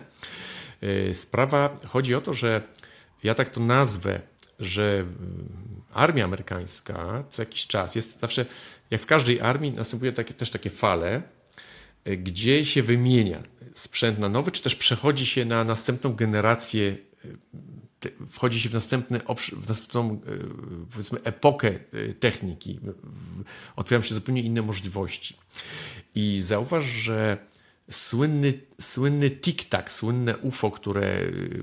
Chodzi o to, że ja tak to nazwę, że armia amerykańska co jakiś czas jest zawsze, jak w każdej armii następuje też takie fale, gdzie się wymienia sprzęt na nowy, czy też przechodzi się na następną generację, wchodzi się w następną powiedzmy epokę techniki, otwierają się zupełnie inne możliwości. I zauważ, że słynny tic-tac, słynne UFO, które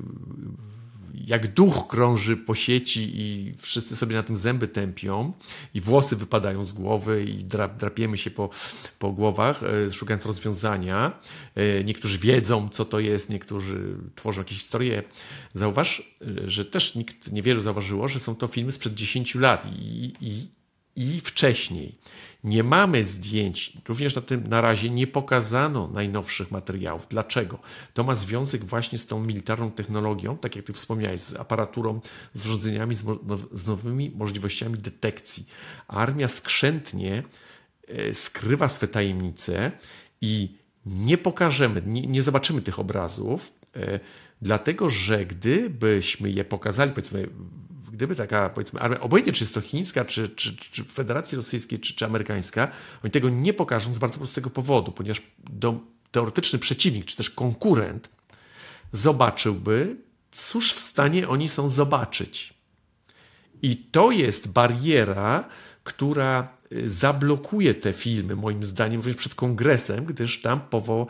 jak duch krąży po sieci i wszyscy sobie na tym zęby tępią i włosy wypadają z głowy i drapiemy się po głowach, szukając rozwiązania. Niektórzy wiedzą, co to jest, niektórzy tworzą jakieś historie. Zauważ, że też niewielu zauważyło, że są to filmy sprzed 10 lat i wcześniej. Nie mamy zdjęć, również na razie nie pokazano najnowszych materiałów. Dlaczego? To ma związek właśnie z tą militarną technologią, tak jak ty wspomniałeś, z aparaturą, z urządzeniami, z nowymi możliwościami detekcji. Armia skrzętnie skrywa swe tajemnice i nie pokażemy, nie zobaczymy tych obrazów, dlatego że gdybyśmy je pokazali, powiedzmy, gdyby taka, powiedzmy, armia, obojętnie czy jest to chińska, czy Federacji Rosyjskiej, czy amerykańska, oni tego nie pokażą z bardzo prostego powodu, ponieważ teoretyczny przeciwnik, czy też konkurent zobaczyłby, cóż w stanie oni są zobaczyć. I to jest bariera, która zablokuje te filmy, moim zdaniem, również przed kongresem, gdyż tam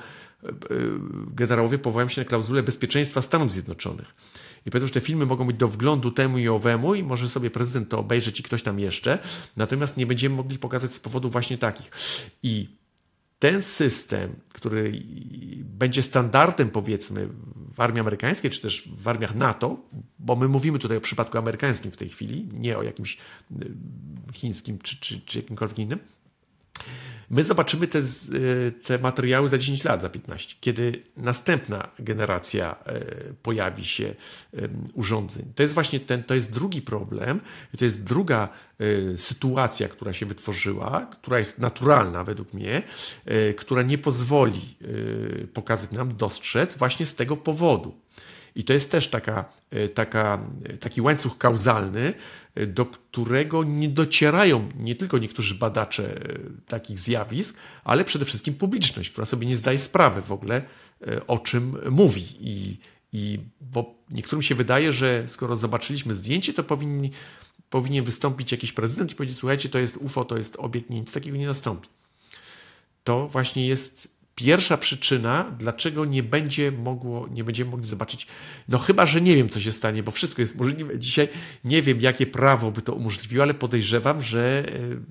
generałowie powołają się na klauzulę bezpieczeństwa Stanów Zjednoczonych. I powiedzą, że te filmy mogą być do wglądu temu i owemu i może sobie prezydent to obejrzeć i ktoś tam jeszcze, natomiast nie będziemy mogli pokazać z powodów właśnie takich. I ten system, który będzie standardem, powiedzmy, w armii amerykańskiej, czy też w armiach NATO, bo my mówimy tutaj o przypadku amerykańskim w tej chwili, nie o jakimś chińskim czy jakimkolwiek innym, My zobaczymy te materiały za 10 lat, za 15, kiedy następna generacja pojawi się urządzeń. To jest właśnie to jest drugi problem, to jest druga sytuacja, która się wytworzyła, która jest naturalna według mnie, która nie pozwoli pokazać nam, dostrzec właśnie z tego powodu. I to jest też taki łańcuch kauzalny, do którego nie docierają nie tylko niektórzy badacze takich zjawisk, ale przede wszystkim publiczność, która sobie nie zdaje sprawy w ogóle, o czym mówi. Bo niektórym się wydaje, że skoro zobaczyliśmy zdjęcie, to powinien wystąpić jakiś prezydent i powiedzieć: słuchajcie, to jest UFO, to jest obiekt, nic takiego nie nastąpi. To właśnie jest pierwsza przyczyna, dlaczego nie będziemy mogli zobaczyć, no chyba, że nie wiem, co się stanie, bo wszystko jest możliwe. Dzisiaj nie wiem, jakie prawo by to umożliwiło, ale podejrzewam, że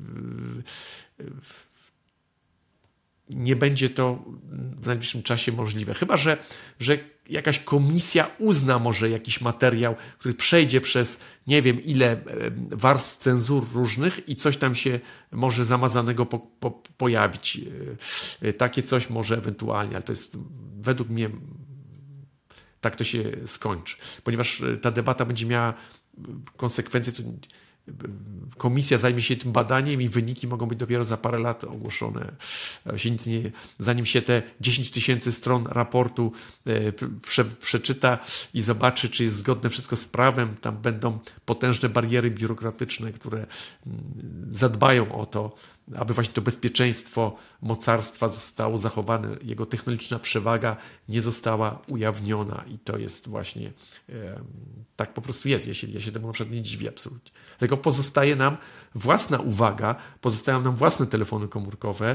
nie będzie to w najbliższym czasie możliwe. Chyba, że jakaś komisja uzna może jakiś materiał, który przejdzie przez nie wiem ile warstw cenzur różnych i coś tam się może zamazanego pojawić. Takie coś może ewentualnie, ale to jest według mnie tak to się skończy. Ponieważ ta debata będzie miała konsekwencje, to komisja zajmie się tym badaniem i wyniki mogą być dopiero za parę lat ogłoszone. Zanim się te 10 000 stron raportu przeczyta i zobaczy, czy jest zgodne wszystko z prawem, tam będą potężne bariery biurokratyczne, które zadbają o to, aby właśnie to bezpieczeństwo mocarstwa zostało zachowane, jego technologiczna przewaga nie została ujawniona i to jest właśnie tak po prostu jest. Ja się temu na przykład nie dziwię absolutnie. Dlatego pozostaje nam własna uwaga, pozostają nam własne telefony komórkowe,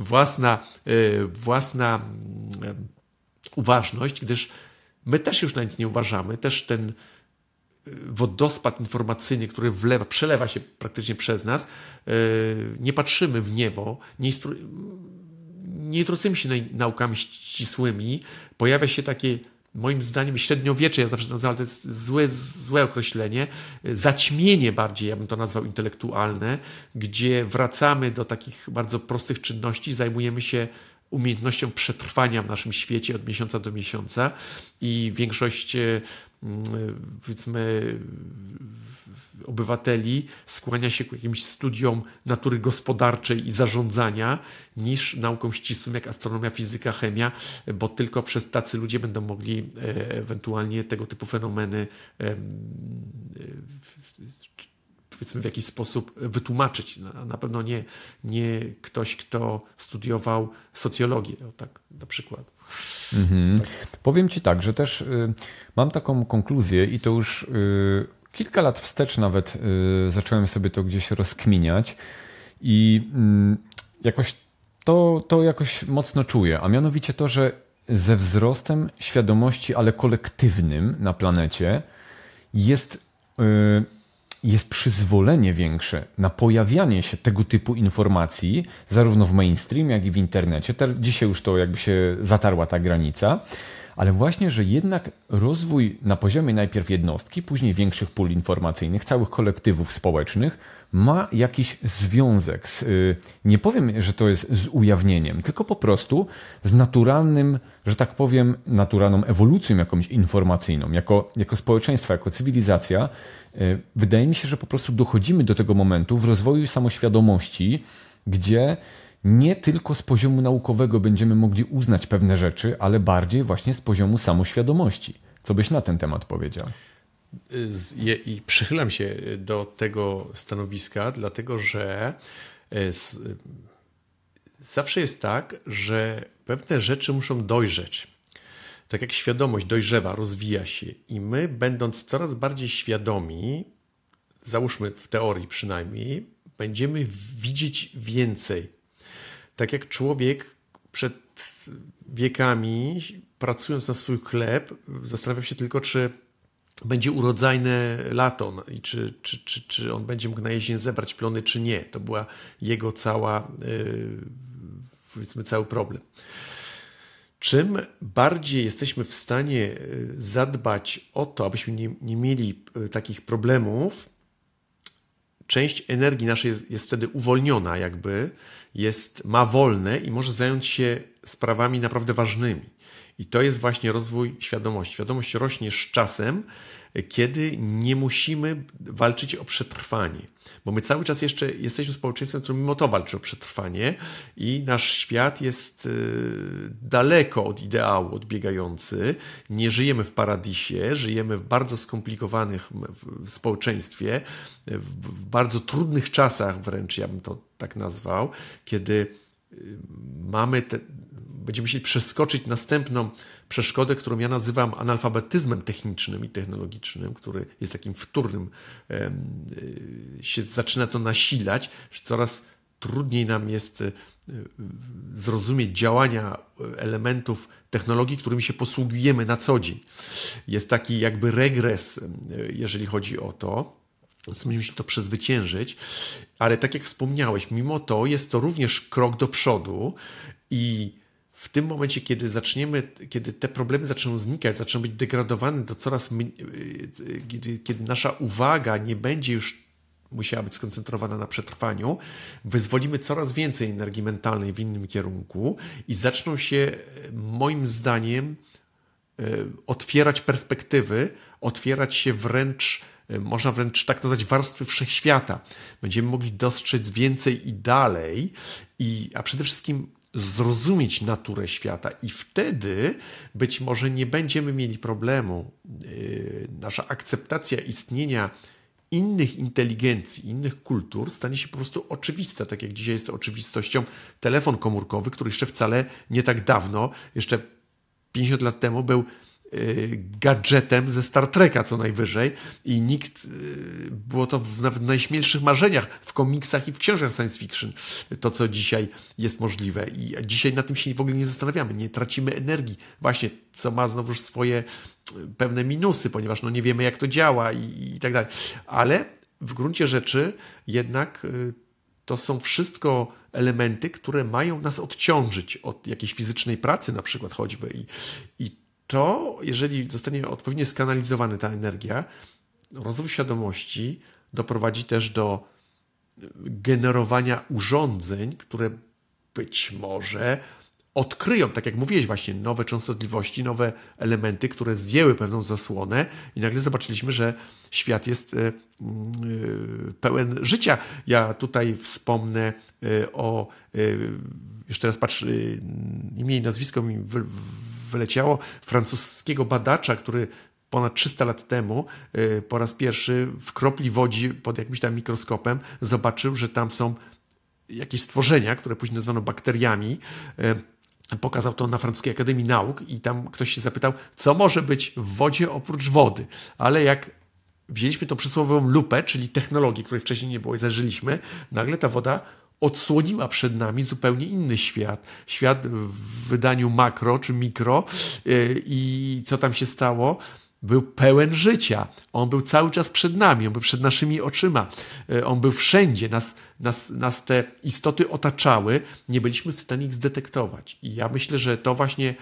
własna uważność, gdyż my też już na nic nie uważamy, też ten wodospad informacyjny, który przelewa się praktycznie przez nas, nie patrzymy w niebo, nie interesujemy się naukami ścisłymi, pojawia się takie, moim zdaniem, średniowiecze, ja zawsze to nazywam, to jest złe określenie, zaćmienie bardziej, ja bym to nazwał intelektualne, gdzie wracamy do takich bardzo prostych czynności, zajmujemy się umiejętnością przetrwania w naszym świecie od miesiąca do miesiąca i większość, powiedzmy, obywateli skłania się ku jakimś studiom natury gospodarczej i zarządzania niż naukom ścisłym jak astronomia, fizyka, chemia, bo tylko przez tacy ludzie będą mogli ewentualnie tego typu fenomeny powiedzmy w jakiś sposób wytłumaczyć. Na pewno nie ktoś, kto studiował socjologię, tak na przykład. Tak. Powiem Ci tak, że też mam taką konkluzję i to już kilka lat wstecz nawet zacząłem sobie to gdzieś rozkminiać i jakoś to jakoś mocno czuję, a mianowicie to, że ze wzrostem świadomości, ale kolektywnym na planecie jest przyzwolenie większe na pojawianie się tego typu informacji, zarówno w mainstream, jak i w internecie. Dzisiaj już to jakby się zatarła ta granica, ale właśnie, że jednak rozwój na poziomie najpierw jednostki, później większych pól informacyjnych, całych kolektywów społecznych ma jakiś związek z, nie powiem, że to jest z ujawnieniem, tylko po prostu z naturalnym, że tak powiem, naturalną ewolucją jakąś informacyjną, jako społeczeństwo, jako cywilizacja. Wydaje mi się, że po prostu dochodzimy do tego momentu w rozwoju samoświadomości, gdzie nie tylko z poziomu naukowego będziemy mogli uznać pewne rzeczy, ale bardziej właśnie z poziomu samoświadomości. Co byś na ten temat powiedział? I przychylam się do tego stanowiska, dlatego że zawsze jest tak, że pewne rzeczy muszą dojrzeć. Tak jak świadomość dojrzewa, rozwija się i my, będąc coraz bardziej świadomi, załóżmy w teorii przynajmniej, będziemy widzieć więcej. Tak jak człowiek przed wiekami, pracując na swój chleb, zastanawiał się tylko, czy będzie urodzajne lato i czy on będzie mógł na jesień zebrać plony, czy nie. To była jego powiedzmy cały problem. Czym bardziej jesteśmy w stanie zadbać o to, abyśmy nie mieli takich problemów, część energii naszej jest wtedy uwolniona jakby, ma wolne i może zająć się sprawami naprawdę ważnymi. I to jest właśnie rozwój świadomości. Świadomość rośnie z czasem, kiedy nie musimy walczyć o przetrwanie. Bo my cały czas jeszcze jesteśmy społeczeństwem, które mimo to walczy o przetrwanie i nasz świat jest daleko od ideału odbiegający. Nie żyjemy w paradisie, żyjemy w bardzo skomplikowanych społeczeństwie, w bardzo trudnych czasach wręcz, ja bym to tak nazwał, kiedy będziemy musieli przeskoczyć następną przeszkodę, którą ja nazywam analfabetyzmem technicznym i technologicznym, który jest takim wtórnym, się zaczyna to nasilać, że coraz trudniej nam jest zrozumieć działania elementów technologii, którymi się posługujemy na co dzień. Jest taki jakby regres, jeżeli chodzi o to. Musimy to przezwyciężyć, ale tak jak wspomniałeś, mimo to jest to również krok do przodu i w tym momencie, kiedy te problemy zaczną znikać, zaczną być degradowane do kiedy nasza uwaga nie będzie już musiała być skoncentrowana na przetrwaniu, wyzwolimy coraz więcej energii mentalnej w innym kierunku i zaczną się, moim zdaniem, otwierać perspektywy, otwierać się można wręcz tak nazwać, warstwy wszechświata. Będziemy mogli dostrzec więcej i dalej, a przede wszystkim zrozumieć naturę świata i wtedy być może nie będziemy mieli problemu. Nasza akceptacja istnienia innych inteligencji, innych kultur stanie się po prostu oczywista, tak jak dzisiaj jest oczywistością telefon komórkowy, który jeszcze wcale nie tak dawno, jeszcze 50 lat temu był gadżetem ze Star Treka co najwyżej i było to nawet w najśmielszych marzeniach, w komiksach i w książkach science fiction, to co dzisiaj jest możliwe i dzisiaj na tym się w ogóle nie zastanawiamy, nie tracimy energii, właśnie co ma znowuż swoje pewne minusy, ponieważ nie wiemy jak to działa i tak dalej, ale w gruncie rzeczy jednak to są wszystko elementy, które mają nas odciążyć od jakiejś fizycznej pracy na przykład choćby i to, jeżeli zostanie odpowiednio skanalizowana ta energia, rozwój świadomości doprowadzi też do generowania urządzeń, które być może odkryją, tak jak mówiłeś właśnie, nowe częstotliwości, nowe elementy, które zdjęły pewną zasłonę i nagle zobaczyliśmy, że świat jest pełen życia. Ja tutaj wspomnę już teraz patrz, imię i nazwisko mi wyleciało, francuskiego badacza, który ponad 300 lat temu po raz pierwszy w kropli wodzi pod jakimś tam mikroskopem zobaczył, że tam są jakieś stworzenia, które później nazwano bakteriami. Pokazał to na Francuskiej Akademii Nauk i tam ktoś się zapytał, co może być w wodzie oprócz wody. Ale jak wzięliśmy tą przysłowiową lupę, czyli technologię, której wcześniej nie było i zażyliśmy, nagle ta woda odsłoniła przed nami zupełnie inny świat. Świat w wydaniu makro czy mikro i co tam się stało? Był pełen życia. On był cały czas przed nami, on był przed naszymi oczyma. On był wszędzie. Nas te istoty otaczały. Nie byliśmy w stanie ich zdetektować. I ja myślę, że to właśnie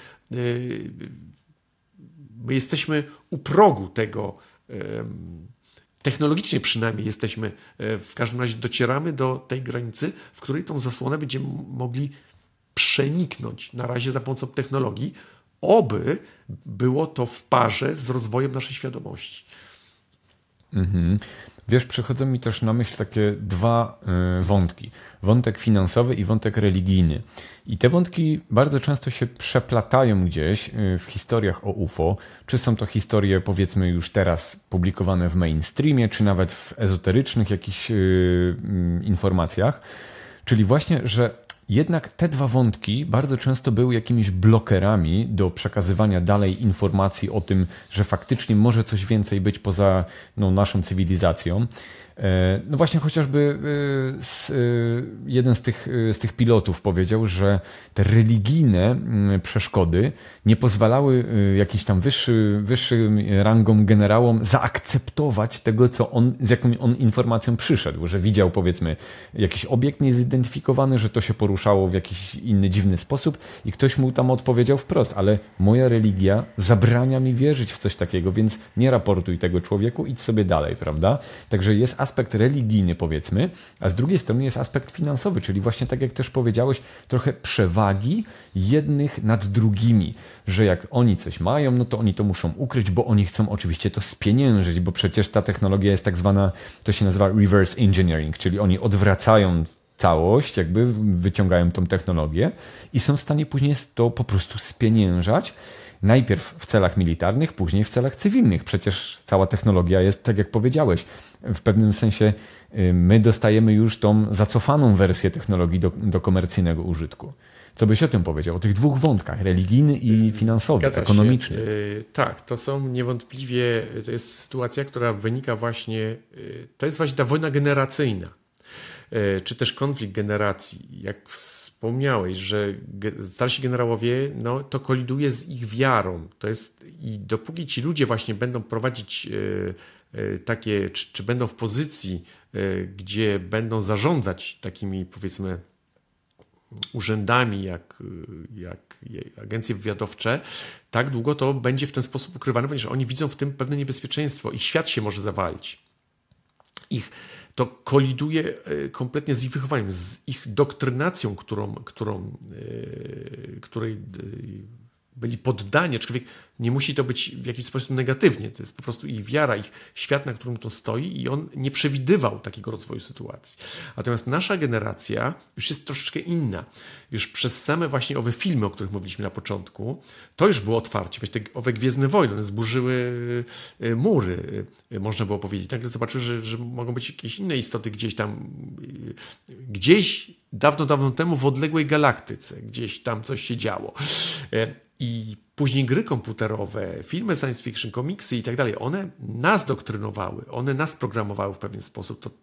my jesteśmy u progu tego, technologicznie przynajmniej jesteśmy, w każdym razie docieramy do tej granicy, w której tą zasłonę będziemy mogli przeniknąć. Na razie za pomocą technologii, oby było to w parze z rozwojem naszej świadomości. Mhm. Wiesz, przychodzą mi też na myśl takie dwa wątki. Wątek finansowy i wątek religijny. I te wątki bardzo często się przeplatają gdzieś w historiach o UFO. Czy są to historie, powiedzmy, już teraz publikowane w mainstreamie, czy nawet w ezoterycznych jakichś informacjach. Czyli właśnie, że jednak te dwa wątki bardzo często były jakimiś blokerami do przekazywania dalej informacji o tym, że faktycznie może coś więcej być poza naszą cywilizacją. No właśnie chociażby jeden z tych pilotów powiedział, że te religijne przeszkody nie pozwalały jakimś tam wyższym rangom generałom zaakceptować tego, z jaką on informacją przyszedł, że widział powiedzmy jakiś obiekt niezidentyfikowany, że to się porusza poruszało w jakiś inny, dziwny sposób i ktoś mu tam odpowiedział wprost, ale moja religia zabrania mi wierzyć w coś takiego, więc nie raportuj tego człowieku, idź sobie dalej, prawda? Także jest aspekt religijny, powiedzmy, a z drugiej strony jest aspekt finansowy, czyli właśnie tak jak też powiedziałeś, trochę przewagi jednych nad drugimi, że jak oni coś mają, no to oni to muszą ukryć, bo oni chcą oczywiście to spieniężyć, bo przecież ta technologia jest tak zwana, to się nazywa reverse engineering, czyli oni odwracają całość, jakby wyciągają tą technologię i są w stanie później to po prostu spieniężać, najpierw w celach militarnych, później w celach cywilnych. Przecież cała technologia jest, tak jak powiedziałeś, w pewnym sensie my dostajemy już tą zacofaną wersję technologii do komercyjnego użytku. Co byś o tym powiedział? O tych dwóch wątkach, religijny i finansowy, ekonomiczny. Tak, to są niewątpliwie, to jest sytuacja, która wynika właśnie, to jest właśnie ta wojna generacyjna, czy też konflikt generacji. Jak wspomniałeś, że starsi generałowie, no, to koliduje z ich wiarą. To jest, i dopóki ci ludzie właśnie będą prowadzić takie, czy będą w pozycji, gdzie będą zarządzać takimi, powiedzmy, urzędami, jak agencje wywiadowcze, tak długo to będzie w ten sposób ukrywane, ponieważ oni widzą w tym pewne niebezpieczeństwo. Ich świat się może zawalić. To koliduje kompletnie z ich wychowaniem, z ich doktrynacją, której byli poddani. Człowiek nie musi to być w jakiś sposób negatywnie. To jest po prostu ich wiara, ich świat, na którym to stoi i on nie przewidywał takiego rozwoju sytuacji. Natomiast nasza generacja już jest troszeczkę inna. Już przez same właśnie owe filmy, o których mówiliśmy na początku, to już było otwarcie. Właśnie te owe Gwiezdne Wojny, one zburzyły mury, można było powiedzieć. Nagle zobaczyły, że mogą być jakieś inne istoty gdzieś tam, gdzieś dawno, dawno temu w odległej galaktyce, gdzieś tam coś się działo. I później gry komputerowe, filmy science fiction, komiksy i tak dalej, one nas doktrynowały, one nas programowały w pewien sposób.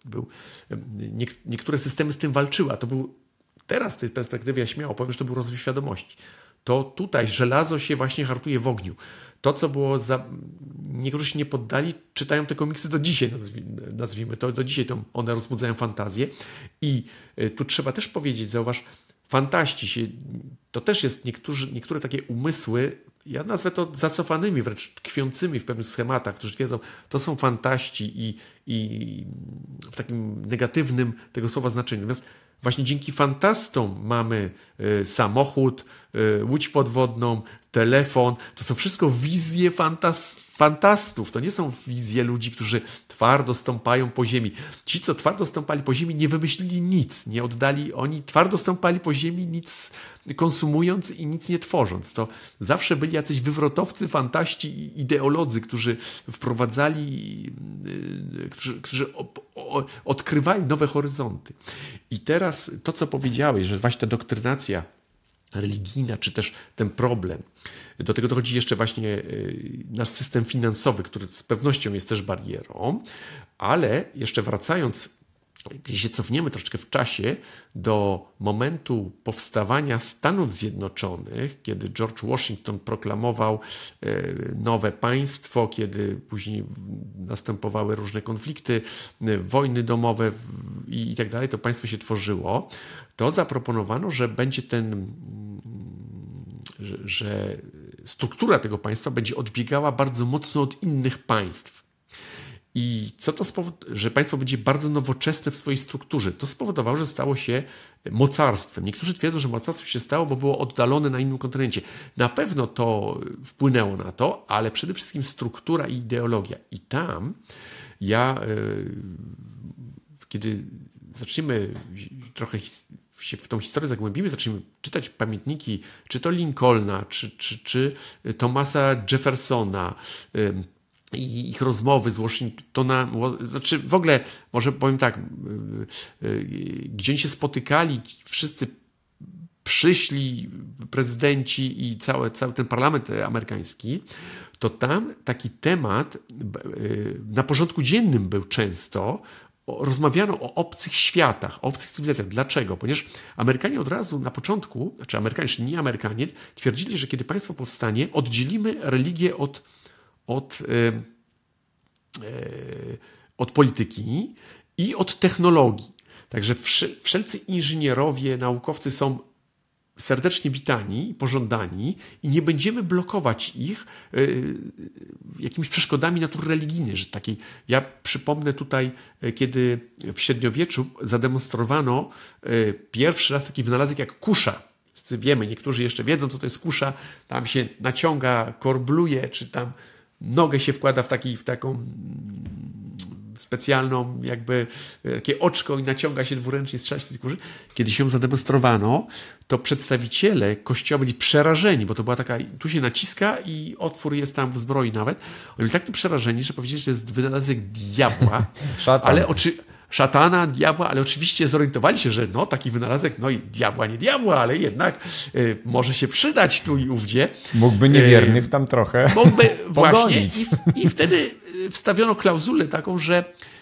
Niektóre systemy z tym walczyły, a to był, teraz z tej perspektywy ja śmiało powiem, że to był rozwój świadomości. To tutaj żelazo się właśnie hartuje w ogniu. To, co było niektórzy się nie poddali, czytają te komiksy do dzisiaj, nazwijmy to, do dzisiaj one rozbudzają fantazję. I tu trzeba też powiedzieć, zauważ, fantaści to też jest niektóre takie umysły, ja nazwę to zacofanymi, wręcz tkwiącymi w pewnych schematach, którzy twierdzą, to są fantaści i w takim negatywnym tego słowa znaczeniu. Natomiast właśnie dzięki fantastom mamy samochód, łódź podwodną, telefon. To są wszystko wizje fantastów. To nie są wizje ludzi, którzy twardo stąpają po ziemi. Ci, co twardo stąpali po ziemi, nie wymyślili nic. Nie oddali, oni twardo stąpali po ziemi, nic konsumując i nic nie tworząc. To zawsze byli jacyś wywrotowcy, fantaści i ideolodzy, którzy wprowadzali, którzy odkrywali nowe horyzonty. I teraz to, co powiedziałeś, że właśnie ta doktrynacja religijna, czy też ten problem. Do tego dochodzi jeszcze właśnie nasz system finansowy, który z pewnością jest też barierą, ale jeszcze wracając, jeśli się cofniemy troszeczkę w czasie do momentu powstawania Stanów Zjednoczonych, kiedy George Washington proklamował nowe państwo, kiedy później następowały różne konflikty, wojny domowe i tak dalej, to państwo się tworzyło, to zaproponowano, że będzie że struktura tego państwa będzie odbiegała bardzo mocno od innych państw. I co to spowodowało, że państwo będzie bardzo nowoczesne w swojej strukturze. To spowodowało, że stało się mocarstwem. Niektórzy twierdzą, że mocarstwo się stało, bo było oddalone na innym kontynencie. Na pewno to wpłynęło na to, ale przede wszystkim struktura i ideologia. I tam kiedy zaczniemy trochę się w tą historię zagłębimy, zaczniemy czytać pamiętniki, czy to Lincolna, czy Thomasa Jeffersona, i ich rozmowy z Washingtona, znaczy w ogóle, może powiem tak, gdzie oni się spotykali, wszyscy przyszli prezydenci i cały ten parlament amerykański, to tam taki temat na porządku dziennym był często, rozmawiano o obcych światach, o obcych cywilizacjach. Dlaczego? Ponieważ Amerykanie od razu na początku, znaczy Amerykanie, czy nie Amerykanie, twierdzili, że kiedy państwo powstanie, oddzielimy religię od polityki i od technologii. Także wszelcy inżynierowie, naukowcy są serdecznie witani, pożądani i nie będziemy blokować ich jakimiś przeszkodami natury religijnej. Że takiej, ja przypomnę tutaj, kiedy w średniowieczu zademonstrowano pierwszy raz taki wynalazek jak kusza. Wszyscy wiemy, niektórzy jeszcze wiedzą, co to jest kusza. Tam się naciąga, korbluje, czy tam nogę się wkłada w taką specjalną jakby takie oczko i naciąga się dwuręcznie, strzela się do tej kurzy. Kiedy się zademonstrowano, to przedstawiciele kościoła byli przerażeni, bo to była taka, tu się naciska i otwór jest tam w zbroi nawet. Oni byli tak tym przerażeni, że powiedzieli, że to jest wynalazek diabła, szatana, diabła, ale oczywiście zorientowali się, że no taki wynalazek, no i diabła, nie diabła, ale jednak może się przydać tu i ówdzie. Mógłby niewiernych tam trochę mógłby właśnie i wtedy wstawiono klauzulę taką, że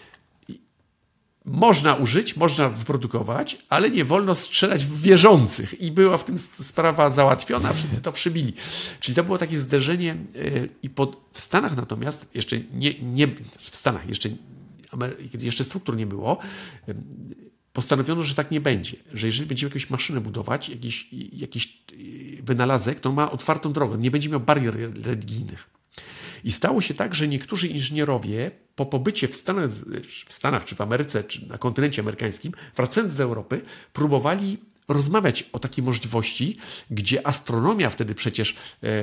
można użyć, można wyprodukować, ale nie wolno strzelać w wierzących. I była w tym sprawa załatwiona, wszyscy to przybili. Czyli to było takie zderzenie w Stanach natomiast, jeszcze nie w Stanach, kiedy jeszcze struktur nie było, postanowiono, że tak nie będzie. Że jeżeli będziemy jakąś maszynę budować, jakiś wynalazek, to ma otwartą drogę, nie będzie miał barier religijnych. I stało się tak, że niektórzy inżynierowie po pobycie w Stanach, czy w Ameryce, czy na kontynencie amerykańskim, wracając do Europy, próbowali rozmawiać o takiej możliwości, gdzie astronomia wtedy przecież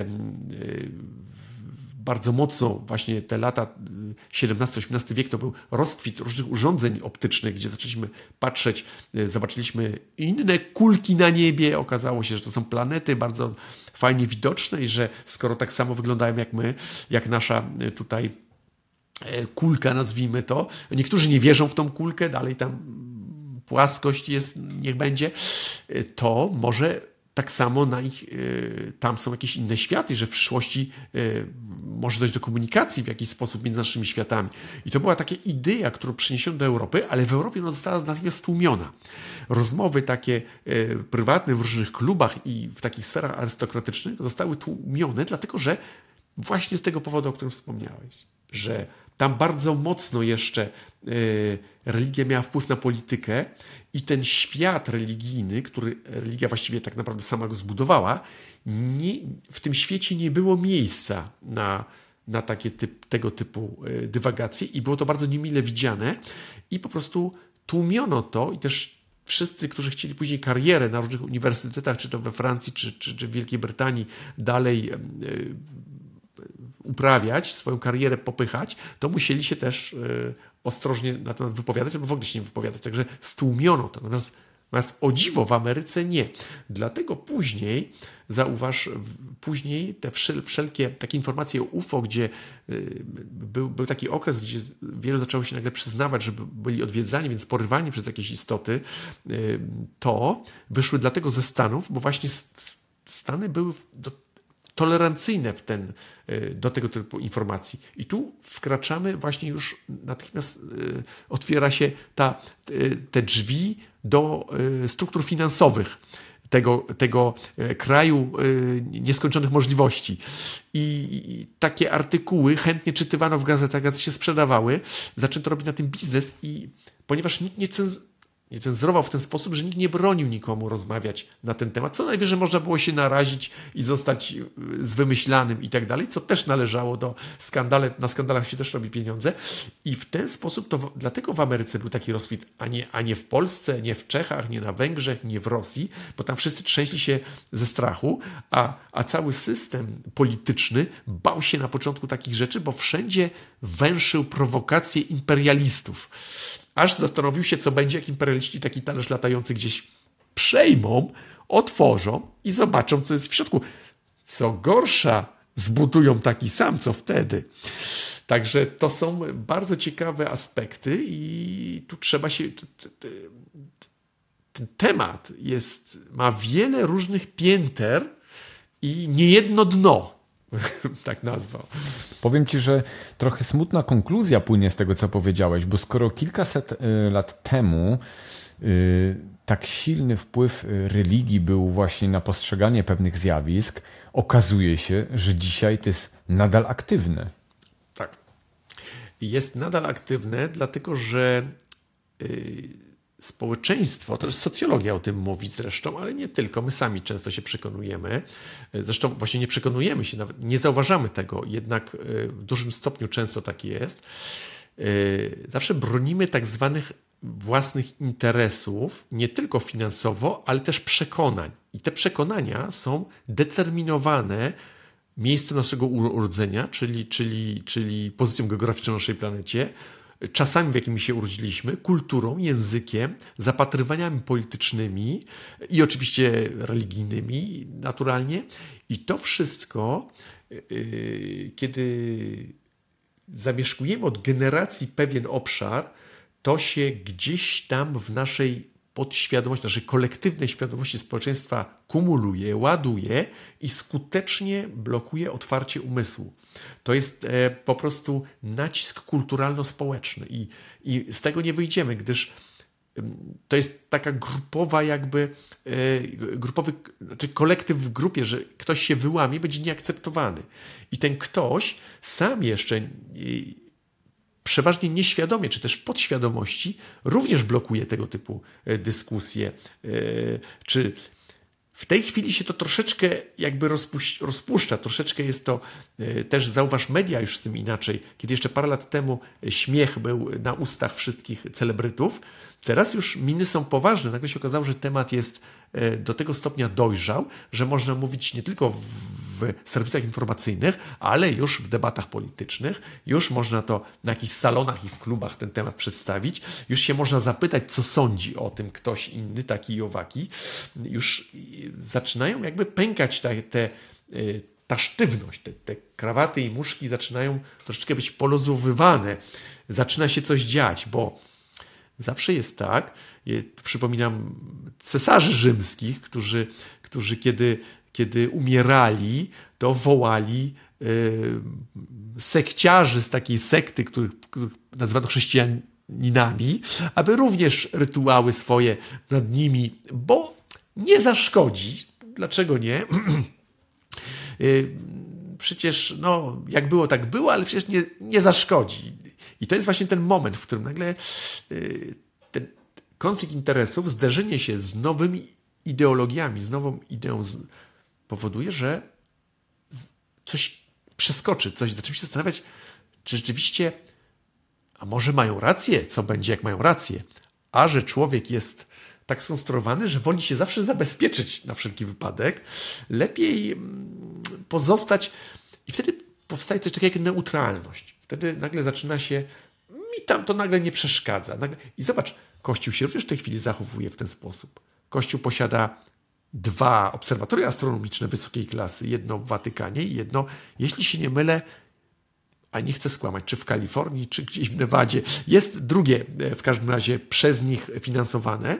bardzo mocno, właśnie te lata XVII-XVIII wiek to był rozkwit różnych urządzeń optycznych, gdzie zaczęliśmy patrzeć, zobaczyliśmy inne kulki na niebie, okazało się, że to są planety bardzo fajnie widoczne i że skoro tak samo wyglądają jak my, jak nasza tutaj kulka, nazwijmy to, niektórzy nie wierzą w tą kulkę, dalej tam płaskość jest, niech będzie, to może tak samo tam są jakieś inne światy, że w przyszłości może dojść do komunikacji w jakiś sposób między naszymi światami. I to była taka idea, którą przyniesiono do Europy, ale w Europie ona została natomiast stłumiona. Rozmowy takie prywatne w różnych klubach i w takich sferach arystokratycznych zostały tłumione, dlatego że właśnie z tego powodu, o którym wspomniałeś, że tam bardzo mocno jeszcze religia miała wpływ na politykę i ten świat religijny, który religia właściwie tak naprawdę sama go zbudowała, w tym świecie nie było miejsca na takie tego typu dywagacje i było to bardzo niemile widziane i po prostu tłumiono to i też wszyscy, którzy chcieli później karierę na różnych uniwersytetach, czy to we Francji, czy w Wielkiej Brytanii dalej uprawiać, swoją karierę popychać, to musieli się też ostrożnie na temat wypowiadać, albo w ogóle się nie wypowiadać. Także stłumiono to. Natomiast o dziwo w Ameryce nie. Dlatego później, zauważ, te wszelkie takie informacje o UFO, gdzie był taki okres, gdzie wielu zaczęło się nagle przyznawać, że byli odwiedzani, więc porywani przez jakieś istoty, to wyszły dlatego ze Stanów, bo właśnie Stany były tolerancyjne do tego typu informacji. I tu wkraczamy właśnie już natychmiast otwiera się te drzwi do struktur finansowych tego kraju nieskończonych możliwości. I takie artykuły chętnie czytywano w gazetach, gazety się sprzedawały, zaczęto robić na tym biznes i ponieważ nikt nie cenzurował w ten sposób, że nikt nie bronił nikomu rozmawiać na ten temat. Co najwyżej można było się narazić i zostać z wymyślanym i tak dalej, co też należało do na skandalach się też robi pieniądze. I w ten sposób, dlatego w Ameryce był taki rozkwit, a nie w Polsce, nie w Czechach, nie na Węgrzech, nie w Rosji, bo tam wszyscy trzęśli się ze strachu, a cały system polityczny bał się na początku takich rzeczy, bo wszędzie węszył prowokacje imperialistów. Aż zastanowił się, co będzie, jak imperialiści taki talerz latający gdzieś przejmą, otworzą i zobaczą, co jest w środku. Co gorsza, zbudują taki sam, co wtedy. Także to są bardzo ciekawe aspekty i tu trzeba się... Ten temat ma wiele różnych pięter i niejedno dno. Tak nazwał. Powiem ci, że trochę smutna konkluzja płynie z tego, co powiedziałeś, bo skoro kilkaset lat temu tak silny wpływ religii był właśnie na postrzeganie pewnych zjawisk, okazuje się, że dzisiaj to jest nadal aktywne. Tak. Jest nadal aktywne, dlatego że społeczeństwo, to jest socjologia o tym mówi zresztą, ale nie tylko, my sami często się przekonujemy, zresztą właśnie nie przekonujemy się, nawet nie zauważamy tego, jednak w dużym stopniu często tak jest. Zawsze bronimy tak zwanych własnych interesów, nie tylko finansowo, ale też przekonań. I te przekonania są determinowane miejscem naszego urodzenia, czyli pozycją geograficzną na naszej planecie, czasami, w jakim się urodziliśmy, kulturą, językiem, zapatrywaniami politycznymi i oczywiście religijnymi naturalnie. I to wszystko, kiedy zamieszkujemy od generacji pewien obszar, to się gdzieś tam w naszej podświadomości, naszej kolektywnej świadomości społeczeństwa kumuluje, ładuje i skutecznie blokuje otwarcie umysłu. To jest po prostu nacisk kulturalno-społeczny i z tego nie wyjdziemy, gdyż to jest taka grupowa znaczy kolektyw w grupie, że ktoś się wyłamie, będzie nieakceptowany. I ten ktoś sam jeszcze przeważnie nieświadomie, czy też w podświadomości również blokuje tego typu dyskusje. Czy w tej chwili się to troszeczkę jakby rozpuszcza, troszeczkę jest to, też zauważ, media już z tym inaczej. Kiedy jeszcze parę lat temu śmiech był na ustach wszystkich celebrytów, teraz już miny są poważne. Nagle się okazało, że temat jest do tego stopnia dojrzał, że można mówić nie tylko w serwisach informacyjnych, ale już w debatach politycznych. Już można to na jakichś salonach i w klubach ten temat przedstawić. Już się można zapytać, co sądzi o tym ktoś inny, taki i owaki. Już zaczynają jakby pękać ta sztywność, te krawaty i muszki zaczynają troszeczkę być poluzowywane. Zaczyna się coś dziać, bo zawsze jest tak, przypominam cesarzy rzymskich, którzy kiedy umierali, to wołali sekciarzy z takiej sekty, których nazywano chrześcijaninami, aby również rytuały swoje nad nimi, bo nie zaszkodzi. Dlaczego nie? Przecież jak było, tak było, ale przecież nie zaszkodzi. I to jest właśnie ten moment, w którym nagle ten konflikt interesów, zderzenie się z nowymi ideologiami, z nową ideą powoduje, że coś przeskoczy, zaczynamy się zastanawiać, czy rzeczywiście, a może mają rację, co będzie, jak mają rację, a że człowiek jest tak skonstruowany, że woli się zawsze zabezpieczyć na wszelki wypadek, lepiej pozostać i wtedy powstaje coś takiego jak neutralność. Wtedy nagle zaczyna się, mi tam to nagle nie przeszkadza. I zobacz, Kościół się również w tej chwili zachowuje w ten sposób. Kościół posiada 2 obserwatoria astronomiczne wysokiej klasy, jedno w Watykanie i jedno, jeśli się nie mylę, a nie chcę skłamać, czy w Kalifornii, czy gdzieś w Nevadzie. Jest drugie w każdym razie przez nich finansowane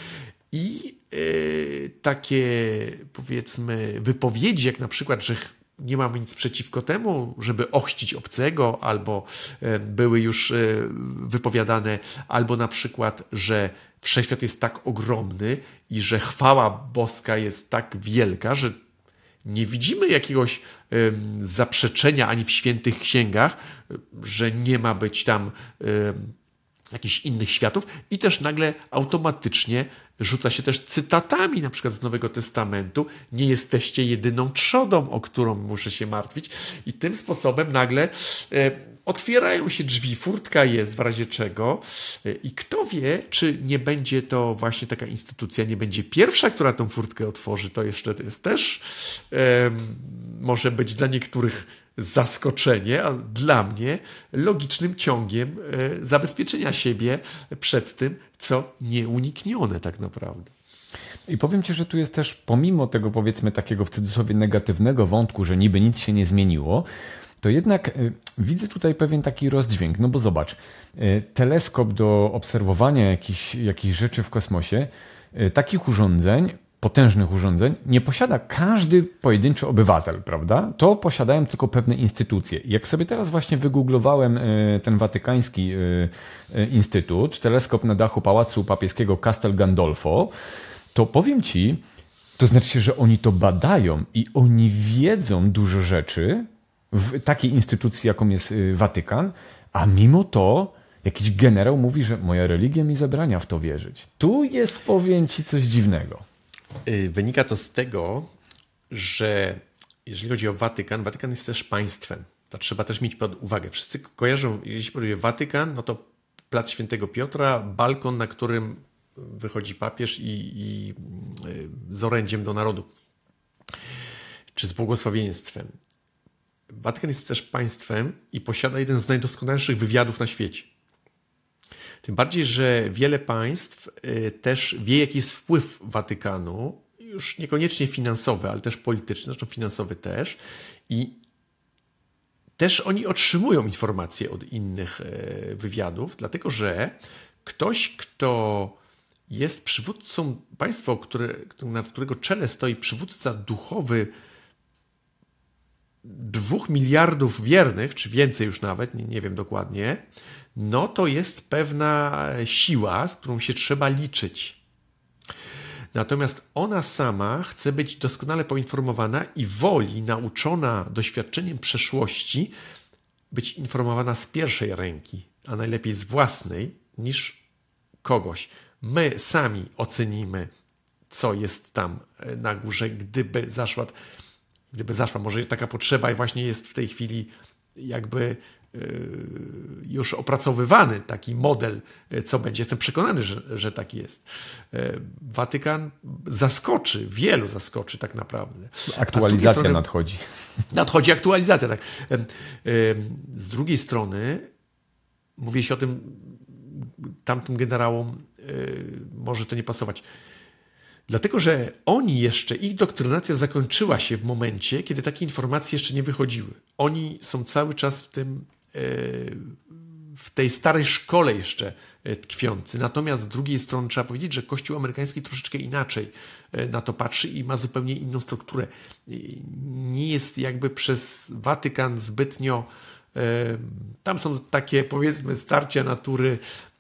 i takie, powiedzmy, wypowiedzi, jak na przykład, że nie mamy nic przeciwko temu, żeby ochrzcić obcego, albo były już wypowiadane, albo na przykład, że wszechświat jest tak ogromny i że chwała boska jest tak wielka, że nie widzimy jakiegoś zaprzeczenia ani w świętych księgach, że nie ma być tam jakichś innych światów i też nagle automatycznie rzuca się też cytatami na przykład z Nowego Testamentu. Nie jesteście jedyną trzodą, o którą muszę się martwić. I tym sposobem nagle otwierają się drzwi, furtka jest w razie czego i kto wie, czy nie będzie to właśnie taka instytucja, nie będzie pierwsza, która tą furtkę otworzy. To jeszcze jest też może być dla niektórych zaskoczenie, a dla mnie logicznym ciągiem zabezpieczenia siebie przed tym, co nieuniknione tak naprawdę. I powiem Ci, że tu jest też, pomimo tego, powiedzmy, takiego w cudzysłowie negatywnego wątku, że niby nic się nie zmieniło, to jednak widzę tutaj pewien taki rozdźwięk. No bo zobacz, teleskop do obserwowania jakichś rzeczy w kosmosie, takich urządzeń, potężnych urządzeń, nie posiada każdy pojedynczy obywatel, prawda? To posiadają tylko pewne instytucje. Jak sobie teraz właśnie wygooglowałem ten watykański instytut, teleskop na dachu Pałacu Papieskiego Castel Gandolfo, to powiem Ci, to znaczy, że oni to badają i oni wiedzą dużo rzeczy w takiej instytucji, jaką jest Watykan, a mimo to jakiś generał mówi, że moja religia mi zabrania w to wierzyć. Tu jest, powiem ci, coś dziwnego. Wynika to z tego, że jeżeli chodzi o Watykan, Watykan jest też państwem. To trzeba też mieć pod uwagę. Wszyscy kojarzą, jeśli powie Watykan, no to Plac Świętego Piotra, balkon, na którym wychodzi papież i z orędziem do narodu, czy z błogosławieństwem. Watykan jest też państwem i posiada jeden z najdoskonalszych wywiadów na świecie. Tym bardziej, że wiele państw też wie, jaki jest wpływ Watykanu, już niekoniecznie finansowy, ale też polityczny, zresztą finansowy też. I też oni otrzymują informacje od innych wywiadów, dlatego że ktoś, kto jest przywódcą państwa, na którego czele stoi przywódca duchowy 2 miliardów wiernych, czy więcej już nawet, nie wiem dokładnie, no to jest pewna siła, z którą się trzeba liczyć. Natomiast ona sama chce być doskonale poinformowana i woli, nauczona doświadczeniem przeszłości, być informowana z pierwszej ręki, a najlepiej z własnej, niż kogoś. My sami ocenimy, co jest tam na górze, gdyby zaszła, może taka potrzeba i właśnie jest w tej chwili jakby już opracowywany taki model, co będzie. Jestem przekonany, że tak jest. Watykan zaskoczy, wielu zaskoczy tak naprawdę. Aktualizacja nadchodzi. Nadchodzi aktualizacja, tak. Z drugiej strony mówię się o tym, tamtym generałom może to nie pasować. Dlatego, że ich doktrynacja zakończyła się w momencie, kiedy takie informacje jeszcze nie wychodziły. Oni są cały czas w tej starej szkole jeszcze tkwiący. Natomiast z drugiej strony trzeba powiedzieć, że Kościół amerykański troszeczkę inaczej na to patrzy i ma zupełnie inną strukturę. Nie jest jakby przez Watykan zbytnio... Tam są takie, powiedzmy, starcia natury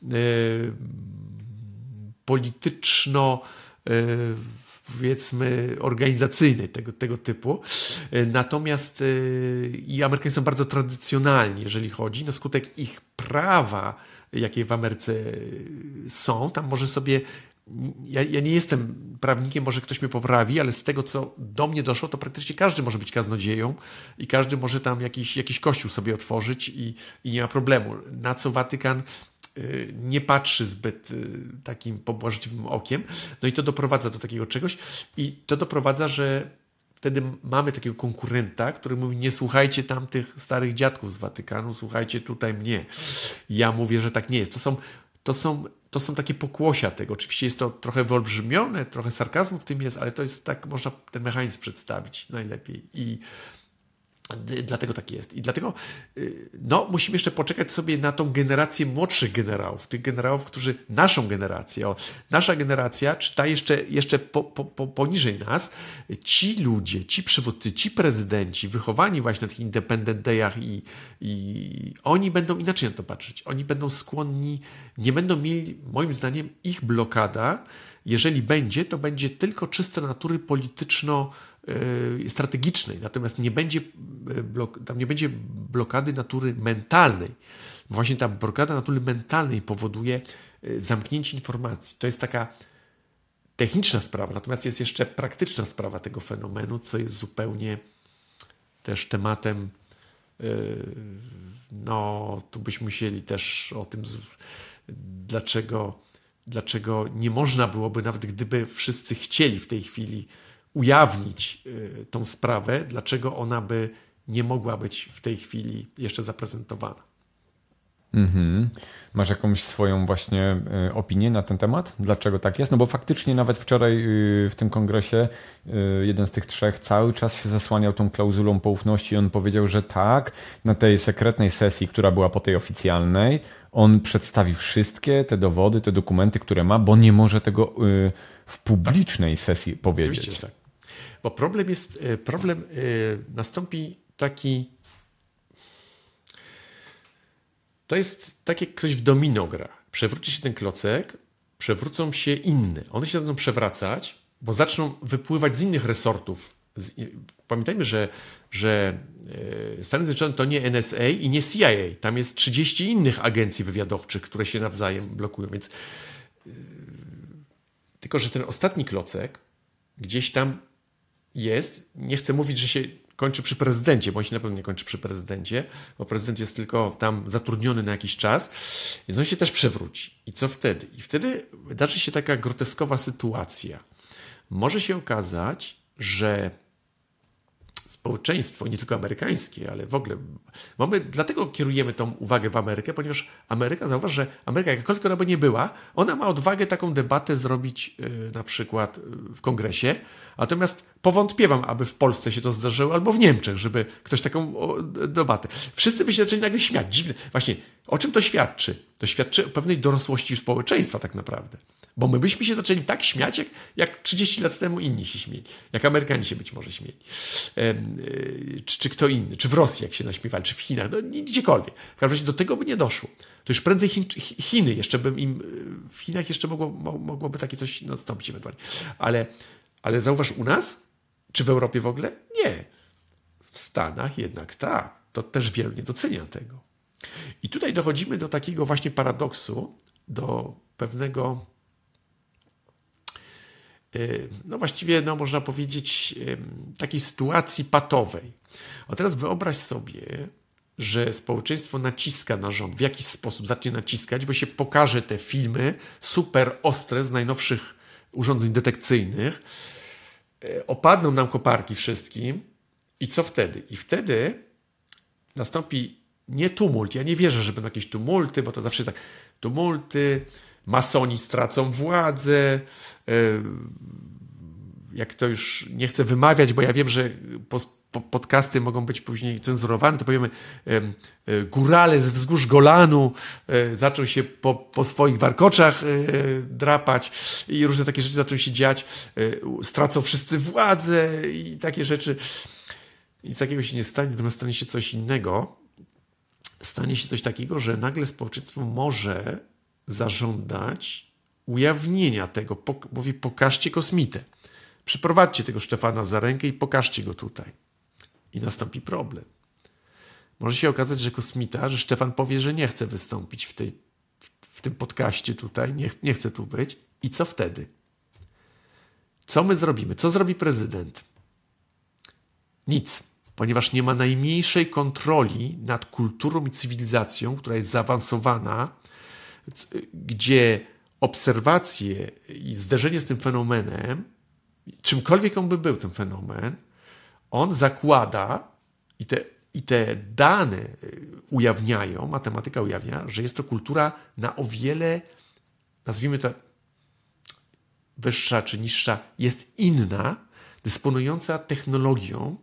polityczno- powiedzmy organizacyjnej tego typu. Natomiast i Amerykanie są bardzo tradycjonalni, jeżeli chodzi. Na skutek ich prawa, jakie w Ameryce są, tam może sobie... Ja nie jestem prawnikiem, może ktoś mnie poprawi, ale z tego, co do mnie doszło, to praktycznie każdy może być kaznodzieją i każdy może tam jakiś kościół sobie otworzyć i nie ma problemu. Na co Watykan nie patrzy zbyt takim pobłażliwym okiem. No i to doprowadza do takiego czegoś i to doprowadza, że wtedy mamy takiego konkurenta, który mówi: nie słuchajcie tamtych starych dziadków z Watykanu, słuchajcie tutaj mnie. Ja mówię, że tak nie jest. To są takie pokłosia tego. Oczywiście jest to trochę wyolbrzymione, trochę sarkazmu w tym jest, ale to jest tak, można ten mechanizm przedstawić najlepiej. I dlatego tak jest. I dlatego musimy jeszcze poczekać sobie na tą generację młodszych generałów, tych generałów, którzy naszą generację, nasza generacja, czy ta jeszcze poniżej nas, ci ludzie, ci przywódcy, ci prezydenci, wychowani właśnie na tych Independent Dayach i oni będą inaczej na to patrzeć. Oni będą skłonni, nie będą mieli, moim zdaniem, ich blokada, jeżeli będzie, to będzie tylko czysto natury polityczno-strategicznej, natomiast tam nie będzie blokady natury mentalnej. Właśnie ta blokada natury mentalnej powoduje zamknięcie informacji. To jest taka techniczna sprawa, natomiast jest jeszcze praktyczna sprawa tego fenomenu, co jest zupełnie też tematem, tu byśmy musieli też o tym, dlaczego nie można byłoby, nawet gdyby wszyscy chcieli w tej chwili ujawnić tą sprawę, dlaczego ona by nie mogła być w tej chwili jeszcze zaprezentowana. Masz jakąś swoją właśnie opinię na ten temat? Dlaczego tak jest? No bo faktycznie nawet wczoraj w tym kongresie jeden z tych trzech cały czas się zasłaniał tą klauzulą poufności i on powiedział, że tak, na tej sekretnej sesji, która była po tej oficjalnej, on przedstawi wszystkie te dowody, te dokumenty, które ma, bo nie może tego w publicznej sesji powiedzieć. Oczywiście, tak. Bo problem nastąpi taki... To jest tak, jak ktoś w domino gra. Przewróci się ten klocek, przewrócą się inne. One się zaczną przewracać, bo zaczną wypływać z innych resortów Pamiętajmy, że Stany Zjednoczone to nie NSA i nie CIA. Tam jest 30 innych agencji wywiadowczych, które się nawzajem blokują. Więc tylko, że ten ostatni klocek gdzieś tam jest. Nie chcę mówić, że się kończy przy prezydencie, bo on się na pewno nie kończy przy prezydencie, bo prezydent jest tylko tam zatrudniony na jakiś czas, więc on się też przewróci. I co wtedy? I wtedy wydarzy się taka groteskowa sytuacja. Może się okazać, że społeczeństwo, nie tylko amerykańskie, ale w ogóle, dlatego kierujemy tą uwagę w Amerykę, ponieważ Ameryka, zauważ, że Ameryka, jakakolwiek ona by nie była, ona ma odwagę taką debatę zrobić na przykład w kongresie, natomiast powątpiewam, aby w Polsce się to zdarzyło, albo w Niemczech, żeby ktoś taką debatę. Wszyscy by się zaczęli nagle śmiać. Dziwne. Właśnie, o czym to świadczy? To świadczy o pewnej dorosłości społeczeństwa tak naprawdę. Bo my byśmy się zaczęli tak śmiać, jak 30 lat temu inni się śmieli. Jak Amerykanie się być może śmieli. Czy kto inny. Czy w Rosji, jak się naśmiewali. Czy w Chinach. No, gdziekolwiek. W każdym razie do tego by nie doszło. To już prędzej Chiny jeszcze bym im... W Chinach jeszcze mogłoby takie coś nastąpić ewentualnie. Ale zauważ u nas? Czy w Europie w ogóle? Nie. W Stanach jednak tak. To też wielu nie docenia tego. I tutaj dochodzimy do takiego właśnie paradoksu, do pewnego... no właściwie można powiedzieć takiej sytuacji patowej. A teraz wyobraź sobie, że społeczeństwo naciska na rząd, w jakiś sposób zacznie naciskać, bo się pokaże te filmy super ostre z najnowszych urządzeń detekcyjnych, opadną nam koparki wszystkim i co wtedy? I wtedy nastąpi nie tumult, ja nie wierzę, że będą jakieś tumulty, bo to zawsze jest tak, tumulty, masoni stracą władzę, jak to już nie chcę wymawiać, bo ja wiem, że podcasty mogą być później cenzurowane, to powiemy górale z wzgórz Golanu zaczął się po swoich warkoczach drapać i różne takie rzeczy zaczną się dziać, stracą wszyscy władzę i takie rzeczy. Nic takiego się nie stanie, natomiast stanie się coś innego. Stanie się coś takiego, że nagle społeczeństwo może zażądać ujawnienia tego. Mówi, pokażcie kosmitę. Przyprowadźcie tego Szczefana za rękę i pokażcie go tutaj. I nastąpi problem. Może się okazać, że kosmita, że Szczefan powie, że nie chce wystąpić w tym podcaście tutaj, nie chce tu być. I co wtedy? Co my zrobimy? Co zrobi prezydent? Nic. Ponieważ nie ma najmniejszej kontroli nad kulturą i cywilizacją, która jest zaawansowana, gdzie obserwacje i zderzenie z tym fenomenem, czymkolwiek on by był ten fenomen, on zakłada i te dane ujawniają, matematyka ujawnia, że jest to kultura na o wiele, nazwijmy to wyższa czy niższa, jest inna, dysponująca technologią,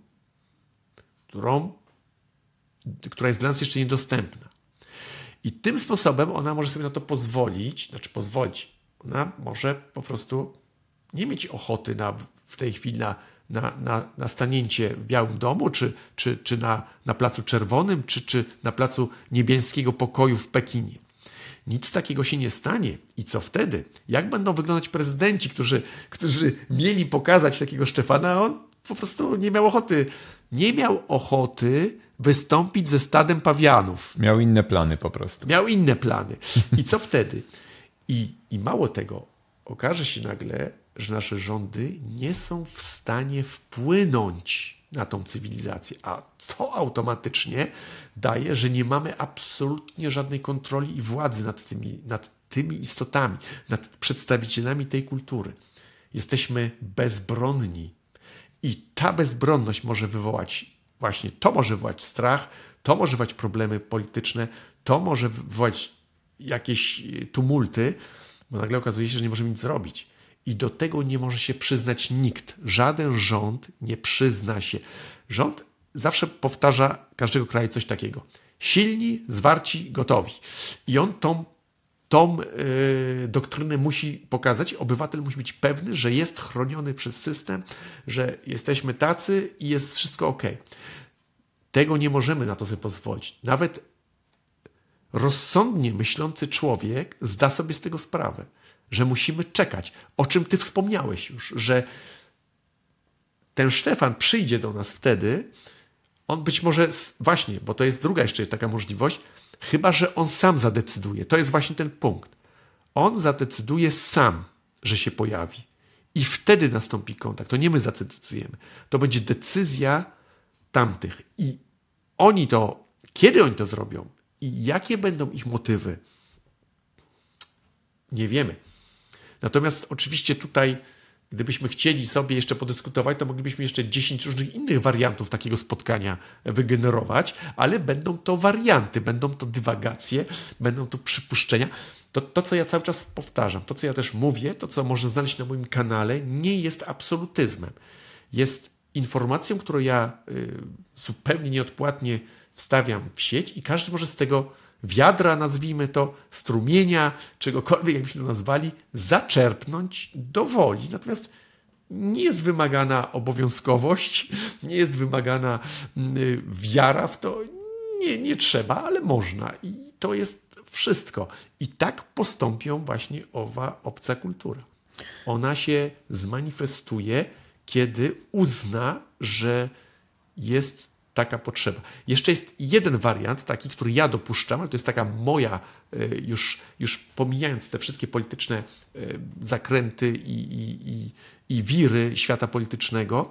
która jest dla nas jeszcze niedostępna. I tym sposobem ona może sobie na to pozwolić, ona może po prostu nie mieć ochoty w tej chwili na stanięcie w Białym Domu, czy na Placu Czerwonym, czy na Placu Niebieskiego Pokoju w Pekinie. Nic takiego się nie stanie. I co wtedy? Jak będą wyglądać prezydenci, którzy mieli pokazać takiego Szczefana, a on po prostu nie miał ochoty. Nie miał ochoty wystąpić ze stadem pawianów. Miał inne plany po prostu. Miał inne plany. I co wtedy? I mało tego, okaże się nagle, że nasze rządy nie są w stanie wpłynąć na tą cywilizację, a to automatycznie daje, że nie mamy absolutnie żadnej kontroli i władzy nad tymi istotami, nad przedstawicielami tej kultury. Jesteśmy bezbronni. I ta bezbronność może wywołać strach, to może wywołać problemy polityczne, to może wywołać jakieś tumulty, bo nagle okazuje się, że nie możemy nic zrobić. I do tego nie może się przyznać nikt. Żaden rząd nie przyzna się. Rząd zawsze powtarza każdego kraju coś takiego. Silni, zwarci, gotowi. I on tą doktrynę musi pokazać. Obywatel musi być pewny, że jest chroniony przez system, że jesteśmy tacy i jest wszystko ok. Tego nie możemy na to sobie pozwolić. Nawet rozsądnie myślący człowiek zda sobie z tego sprawę, że musimy czekać, o czym ty wspomniałeś już, że ten Stefan przyjdzie do nas wtedy, on być może właśnie, bo to jest druga jeszcze taka możliwość, chyba że on sam zadecyduje. To jest właśnie ten punkt. On zadecyduje sam, że się pojawi. I wtedy nastąpi kontakt. To nie my zadecydujemy. To będzie decyzja tamtych. I oni to, kiedy oni to zrobią i jakie będą ich motywy, nie wiemy. Natomiast oczywiście tutaj, gdybyśmy chcieli sobie jeszcze podyskutować, to moglibyśmy jeszcze 10 różnych innych wariantów takiego spotkania wygenerować, ale będą to warianty, będą to dywagacje, będą to przypuszczenia. To, co ja cały czas powtarzam, to, co ja też mówię, to, co można znaleźć na moim kanale, nie jest absolutyzmem. Jest informacją, którą ja zupełnie nieodpłatnie wstawiam w sieć i każdy może z tego wiadra, nazwijmy to, strumienia, czegokolwiek, jakbyśmy to nazwali, zaczerpnąć do woli. Natomiast nie jest wymagana obowiązkowość, nie jest wymagana wiara w to. Nie trzeba, ale można. I to jest wszystko. I tak postąpią właśnie owa obca kultura. Ona się zmanifestuje, kiedy uzna, że jest taka potrzeba. Jeszcze jest jeden wariant, taki, który ja dopuszczam, ale to jest taka moja, już pomijając te wszystkie polityczne zakręty i wiry świata politycznego,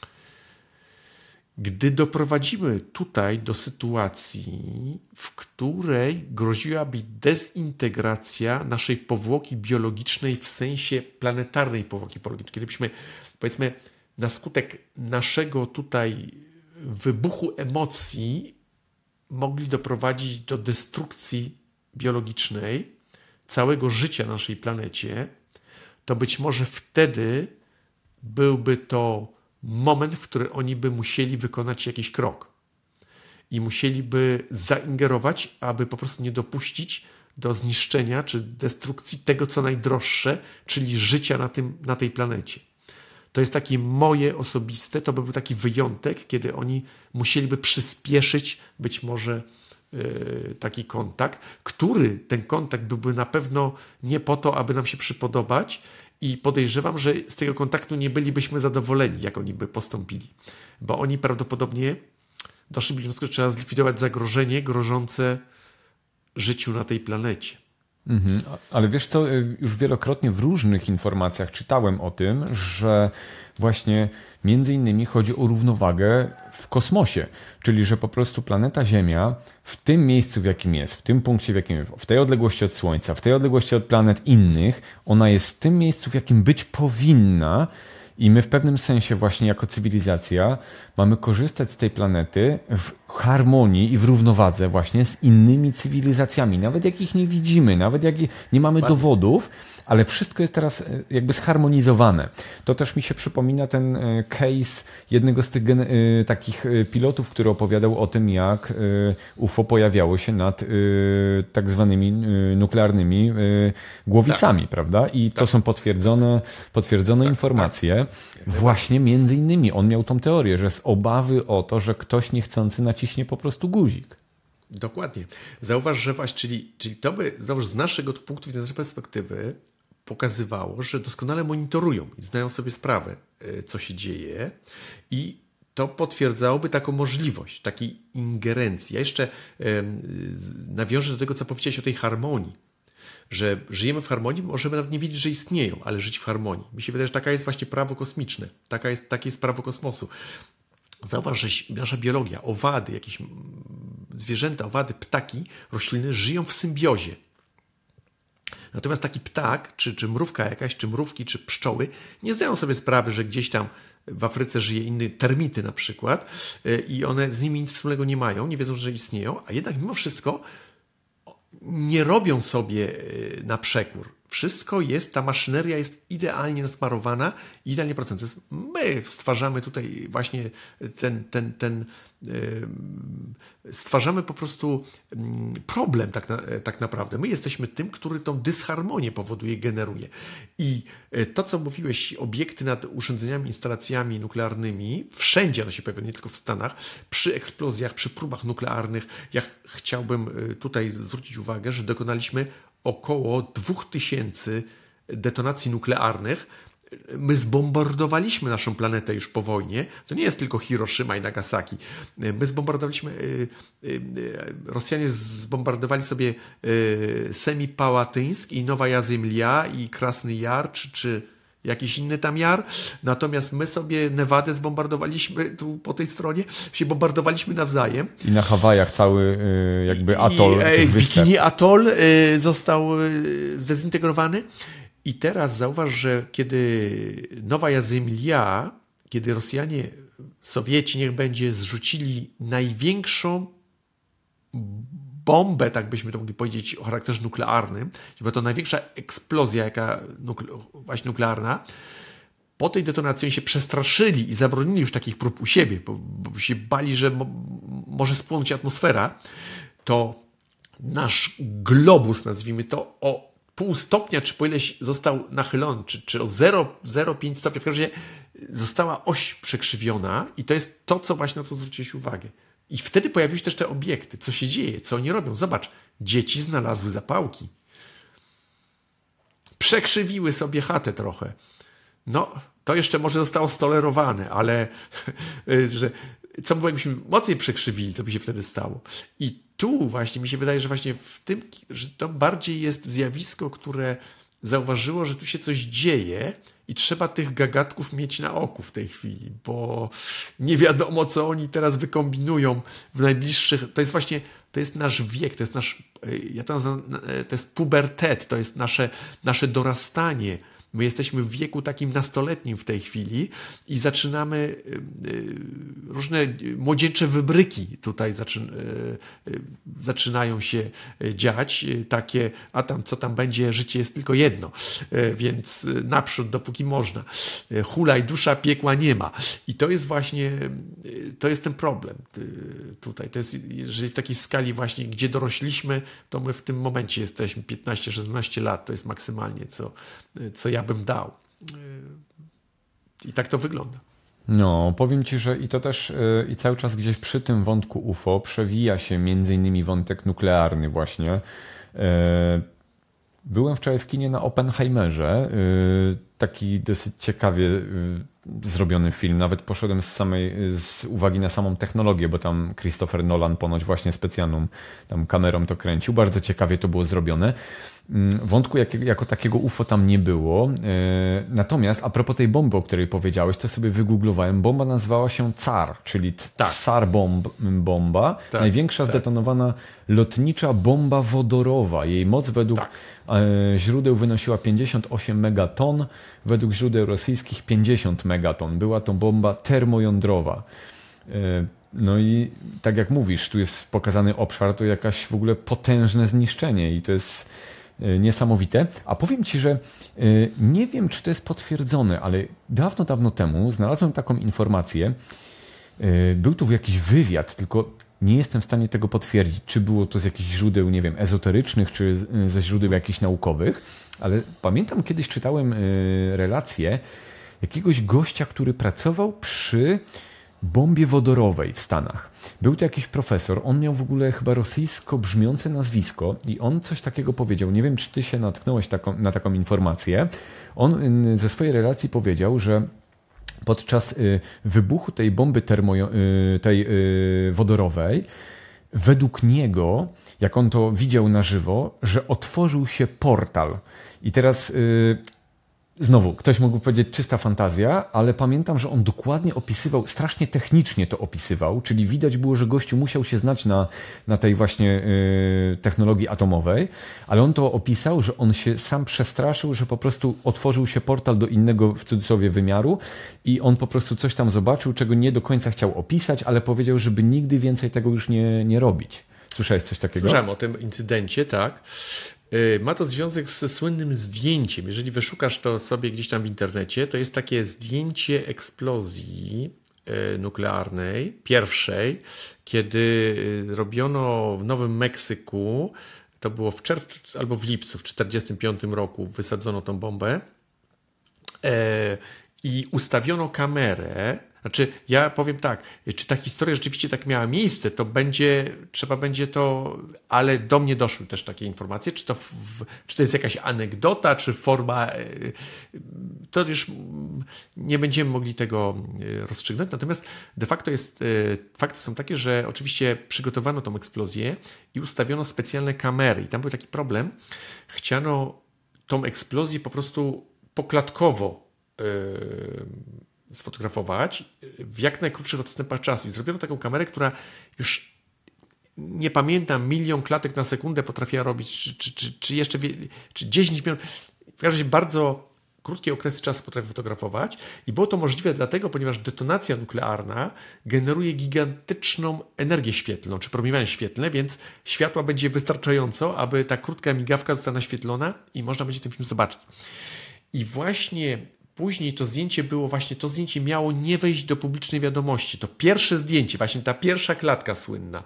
gdy doprowadzimy tutaj do sytuacji, w której groziłaby dezintegracja naszej powłoki biologicznej w sensie planetarnej powłoki biologicznej, kiedybyśmy, powiedzmy, na skutek naszego tutaj wybuchu emocji mogli doprowadzić do destrukcji biologicznej całego życia na naszej planecie, to być może wtedy byłby to moment, w którym oni by musieli wykonać jakiś krok i musieliby zaingerować, aby po prostu nie dopuścić do zniszczenia czy destrukcji tego, co najdroższe, czyli życia na tej planecie. To jest takie moje osobiste, to by był taki wyjątek, kiedy oni musieliby przyspieszyć być może taki kontakt, ten kontakt byłby na pewno nie po to, aby nam się przypodobać i podejrzewam, że z tego kontaktu nie bylibyśmy zadowoleni, jak oni by postąpili, bo oni prawdopodobnie doszliby do wniosku, że trzeba zlikwidować zagrożenie grożące życiu na tej planecie. Mhm. Ale wiesz co, już wielokrotnie w różnych informacjach czytałem o tym, że właśnie między innymi chodzi o równowagę w kosmosie, czyli że po prostu planeta Ziemia w tym miejscu, w jakim jest, w tym punkcie, w jakim jest, w tej odległości od Słońca, w tej odległości od planet innych, ona jest w tym miejscu, w jakim być powinna. I my w pewnym sensie właśnie jako cywilizacja mamy korzystać z tej planety w harmonii i w równowadze właśnie z innymi cywilizacjami. Nawet jak ich nie widzimy, nawet jak nie mamy dowodów, ale wszystko jest teraz jakby zharmonizowane. To też mi się przypomina ten case jednego z tych takich pilotów, który opowiadał o tym, jak UFO pojawiało się nad tak zwanymi nuklearnymi głowicami, prawda? I to są potwierdzone informacje. Właśnie między innymi on miał tą teorię, że z obawy o to, że ktoś niechcący naciśnie po prostu guzik. Dokładnie. Zauważ, że właśnie, czyli to by, zauważ, z naszego punktu widzenia, z naszej perspektywy pokazywało, że doskonale monitorują i zdają sobie sprawę, co się dzieje i to potwierdzałoby taką możliwość, takiej ingerencji. Ja jeszcze nawiążę do tego, co powiedziałeś o tej harmonii, że żyjemy w harmonii, możemy nawet nie wiedzieć, że istnieją, ale żyć w harmonii. Mi się wydaje, że taka jest właśnie prawo kosmiczne, takie jest prawo kosmosu. Zauważ, że nasza biologia, owady, jakieś zwierzęta, owady, ptaki, rośliny żyją w symbiozie. Natomiast taki ptak, czy mrówka jakaś, czy mrówki, czy pszczoły nie zdają sobie sprawy, że gdzieś tam w Afryce żyje inny, termity na przykład, i one z nimi nic wspólnego nie mają, nie wiedzą, że istnieją, a jednak mimo wszystko nie robią sobie na przekór. Wszystko jest, ta maszyneria jest idealnie nasmarowana, idealnie procentowa. My stwarzamy tutaj właśnie stwarzamy po prostu problem tak naprawdę. My jesteśmy tym, który tą dysharmonię powoduje, generuje. I to, co mówiłeś, obiekty nad urządzeniami, instalacjami nuklearnymi, wszędzie one się pojawiają, nie tylko w Stanach, przy eksplozjach, przy próbach nuklearnych. Ja chciałbym tutaj zwrócić uwagę, że dokonaliśmy około 2000 detonacji nuklearnych my zbombardowaliśmy naszą planetę już po wojnie. To nie jest tylko Hiroshima i Nagasaki. My zbombardowaliśmy, Rosjanie zbombardowali sobie Semipałatyńsk i Nowaja Zemlja i Krasny Jar, czy jakiś inny tam jar. Natomiast my sobie Nevadę zbombardowaliśmy tu po tej stronie, się bombardowaliśmy nawzajem. I na Hawajach cały jakby atol. Bikini Atoll został zdezintegrowany. I teraz zauważ, że kiedy Nowaja Zemlja, kiedy Rosjanie, Sowieci, niech będzie, zrzucili największą bombę, tak byśmy to mogli powiedzieć, o charakterze nuklearnym, była to największa eksplozja, jaka właśnie nuklearna, po tej detonacji się przestraszyli i zabronili już takich prób u siebie, bo się bali, że może spłonąć atmosfera, to nasz globus, nazwijmy to, o pół stopnia, czy po ileś został nachylony, czy o 0,5 stopnia, w każdym razie została oś przekrzywiona i to jest to, co właśnie na co zwróciłeś uwagę. I wtedy pojawiły się też te obiekty. Co się dzieje? Co oni robią? Zobacz, dzieci znalazły zapałki. Przekrzywiły sobie chatę trochę. No, to jeszcze może zostało stolerowane, ale że, co by było, jakbyśmy mocniej przekrzywili, co by się wtedy stało? I tu właśnie mi się wydaje, że właśnie w tym, że to bardziej jest zjawisko, które zauważyło, że tu się coś dzieje i trzeba tych gagatków mieć na oku w tej chwili, bo nie wiadomo, co oni teraz wykombinują w najbliższych... To jest nasz wiek, to jest nasz... Ja to nazywam, to jest pubertet, to jest nasze dorastanie. My jesteśmy w wieku takim nastoletnim w tej chwili i zaczynamy różne młodzieńcze wybryki tutaj zaczynają się dziać. Takie, a tam co tam będzie, życie jest tylko jedno, więc naprzód dopóki można. Hulaj, dusza, piekła nie ma. I to jest właśnie, to jest ten problem tutaj. To jest, jeżeli w takiej skali właśnie, gdzie dorośliśmy, to my w tym momencie jesteśmy 15-16 lat, to jest maksymalnie, co ja bym dał. I tak to wygląda. No, powiem Ci, że i to też i cały czas gdzieś przy tym wątku UFO przewija się między innymi wątek nuklearny właśnie. Byłem wczoraj w kinie na Oppenheimerze. Taki dosyć ciekawie zrobiony film. Nawet poszedłem z uwagi na samą technologię, bo tam Christopher Nolan ponoć właśnie specjalną tam kamerą to kręcił. Bardzo ciekawie to było zrobione. Wątku jako takiego UFO tam nie było. Natomiast a propos tej bomby, o której powiedziałeś, to sobie wygooglowałem. Bomba nazywała się Tsar, czyli Tsar bomba. Tak, największa zdetonowana lotnicza bomba wodorowa. Jej moc według źródeł wynosiła 58 megaton, według źródeł rosyjskich 50 megaton. Była to bomba termojądrowa. No i tak jak mówisz, tu jest pokazany obszar, to jakaś w ogóle potężne zniszczenie i to jest niesamowite. A powiem Ci, że nie wiem, czy to jest potwierdzone, ale dawno temu znalazłem taką informację. Był tu jakiś wywiad, tylko nie jestem w stanie tego potwierdzić, czy było to z jakichś źródeł, nie wiem, ezoterycznych, czy ze źródeł jakichś naukowych, ale pamiętam kiedyś czytałem relację jakiegoś gościa, który pracował przy bombie wodorowej w Stanach. Był to jakiś profesor, on miał w ogóle chyba rosyjsko brzmiące nazwisko i on coś takiego powiedział. Nie wiem, czy ty się natknąłeś na taką informację. On ze swojej relacji powiedział, że podczas wybuchu tej bomby wodorowej, według niego, jak on to widział na żywo, że otworzył się portal. I teraz znowu, ktoś mógł powiedzieć czysta fantazja, ale pamiętam, że on dokładnie opisywał, strasznie technicznie to opisywał, czyli widać było, że gościu musiał się znać na tej właśnie technologii atomowej, ale on to opisał, że on się sam przestraszył, że po prostu otworzył się portal do innego, w cudzysłowie, wymiaru i on po prostu coś tam zobaczył, czego nie do końca chciał opisać, ale powiedział, żeby nigdy więcej tego już nie robić. Słyszałeś coś takiego? Słyszałem o tym incydencie, tak. Ma to związek ze słynnym zdjęciem. Jeżeli wyszukasz to sobie gdzieś tam w internecie, to jest takie zdjęcie eksplozji nuklearnej, pierwszej, kiedy robiono w Nowym Meksyku, to było w czerwcu albo w lipcu w 1945 roku, wysadzono tą bombę i ustawiono kamerę, Znaczy, ja powiem tak, czy ta historia rzeczywiście tak miała miejsce, to trzeba będzie to, ale do mnie doszły też takie informacje, czy to jest jakaś anegdota, czy forma, to już nie będziemy mogli tego rozstrzygnąć, natomiast de facto fakty są takie, że oczywiście przygotowano tą eksplozję i ustawiono specjalne kamery i tam był taki problem, chciano tą eksplozję po prostu poklatkowo sfotografować w jak najkrótszych odstępach czasu. I zrobiono taką kamerę, która już nie pamiętam, 1 000 000 klatek na sekundę potrafiła robić, czy jeszcze czy 10 minut. W każdym razie bardzo krótkie okresy czasu potrafi fotografować i było to możliwe dlatego, ponieważ detonacja nuklearna generuje gigantyczną energię świetlną, czy promieniowanie świetlne, więc światła będzie wystarczająco, aby ta krótka migawka została naświetlona i można będzie ten film zobaczyć. I właśnie później to zdjęcie miało nie wejść do publicznej wiadomości. To pierwsze zdjęcie, właśnie ta pierwsza klatka słynna,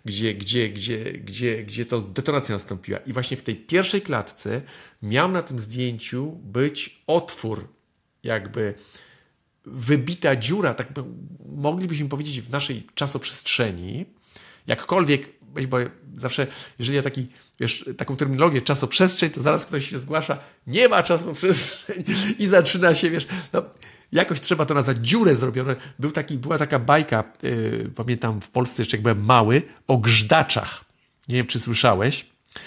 gdzie to detonacja nastąpiła. I właśnie w tej pierwszej klatce miał na tym zdjęciu być otwór, jakby wybita dziura, tak moglibyśmy powiedzieć, w naszej czasoprzestrzeni. Jakkolwiek, bo zawsze, jeżeli ja taką terminologię czasoprzestrzeń, to zaraz ktoś się zgłasza, nie ma czasoprzestrzeni i zaczyna się, jakoś trzeba to nazwać, dziurę zrobiono. Była taka bajka, pamiętam w Polsce jeszcze jak byłem mały, o grzdaczach. Nie wiem, czy słyszałeś.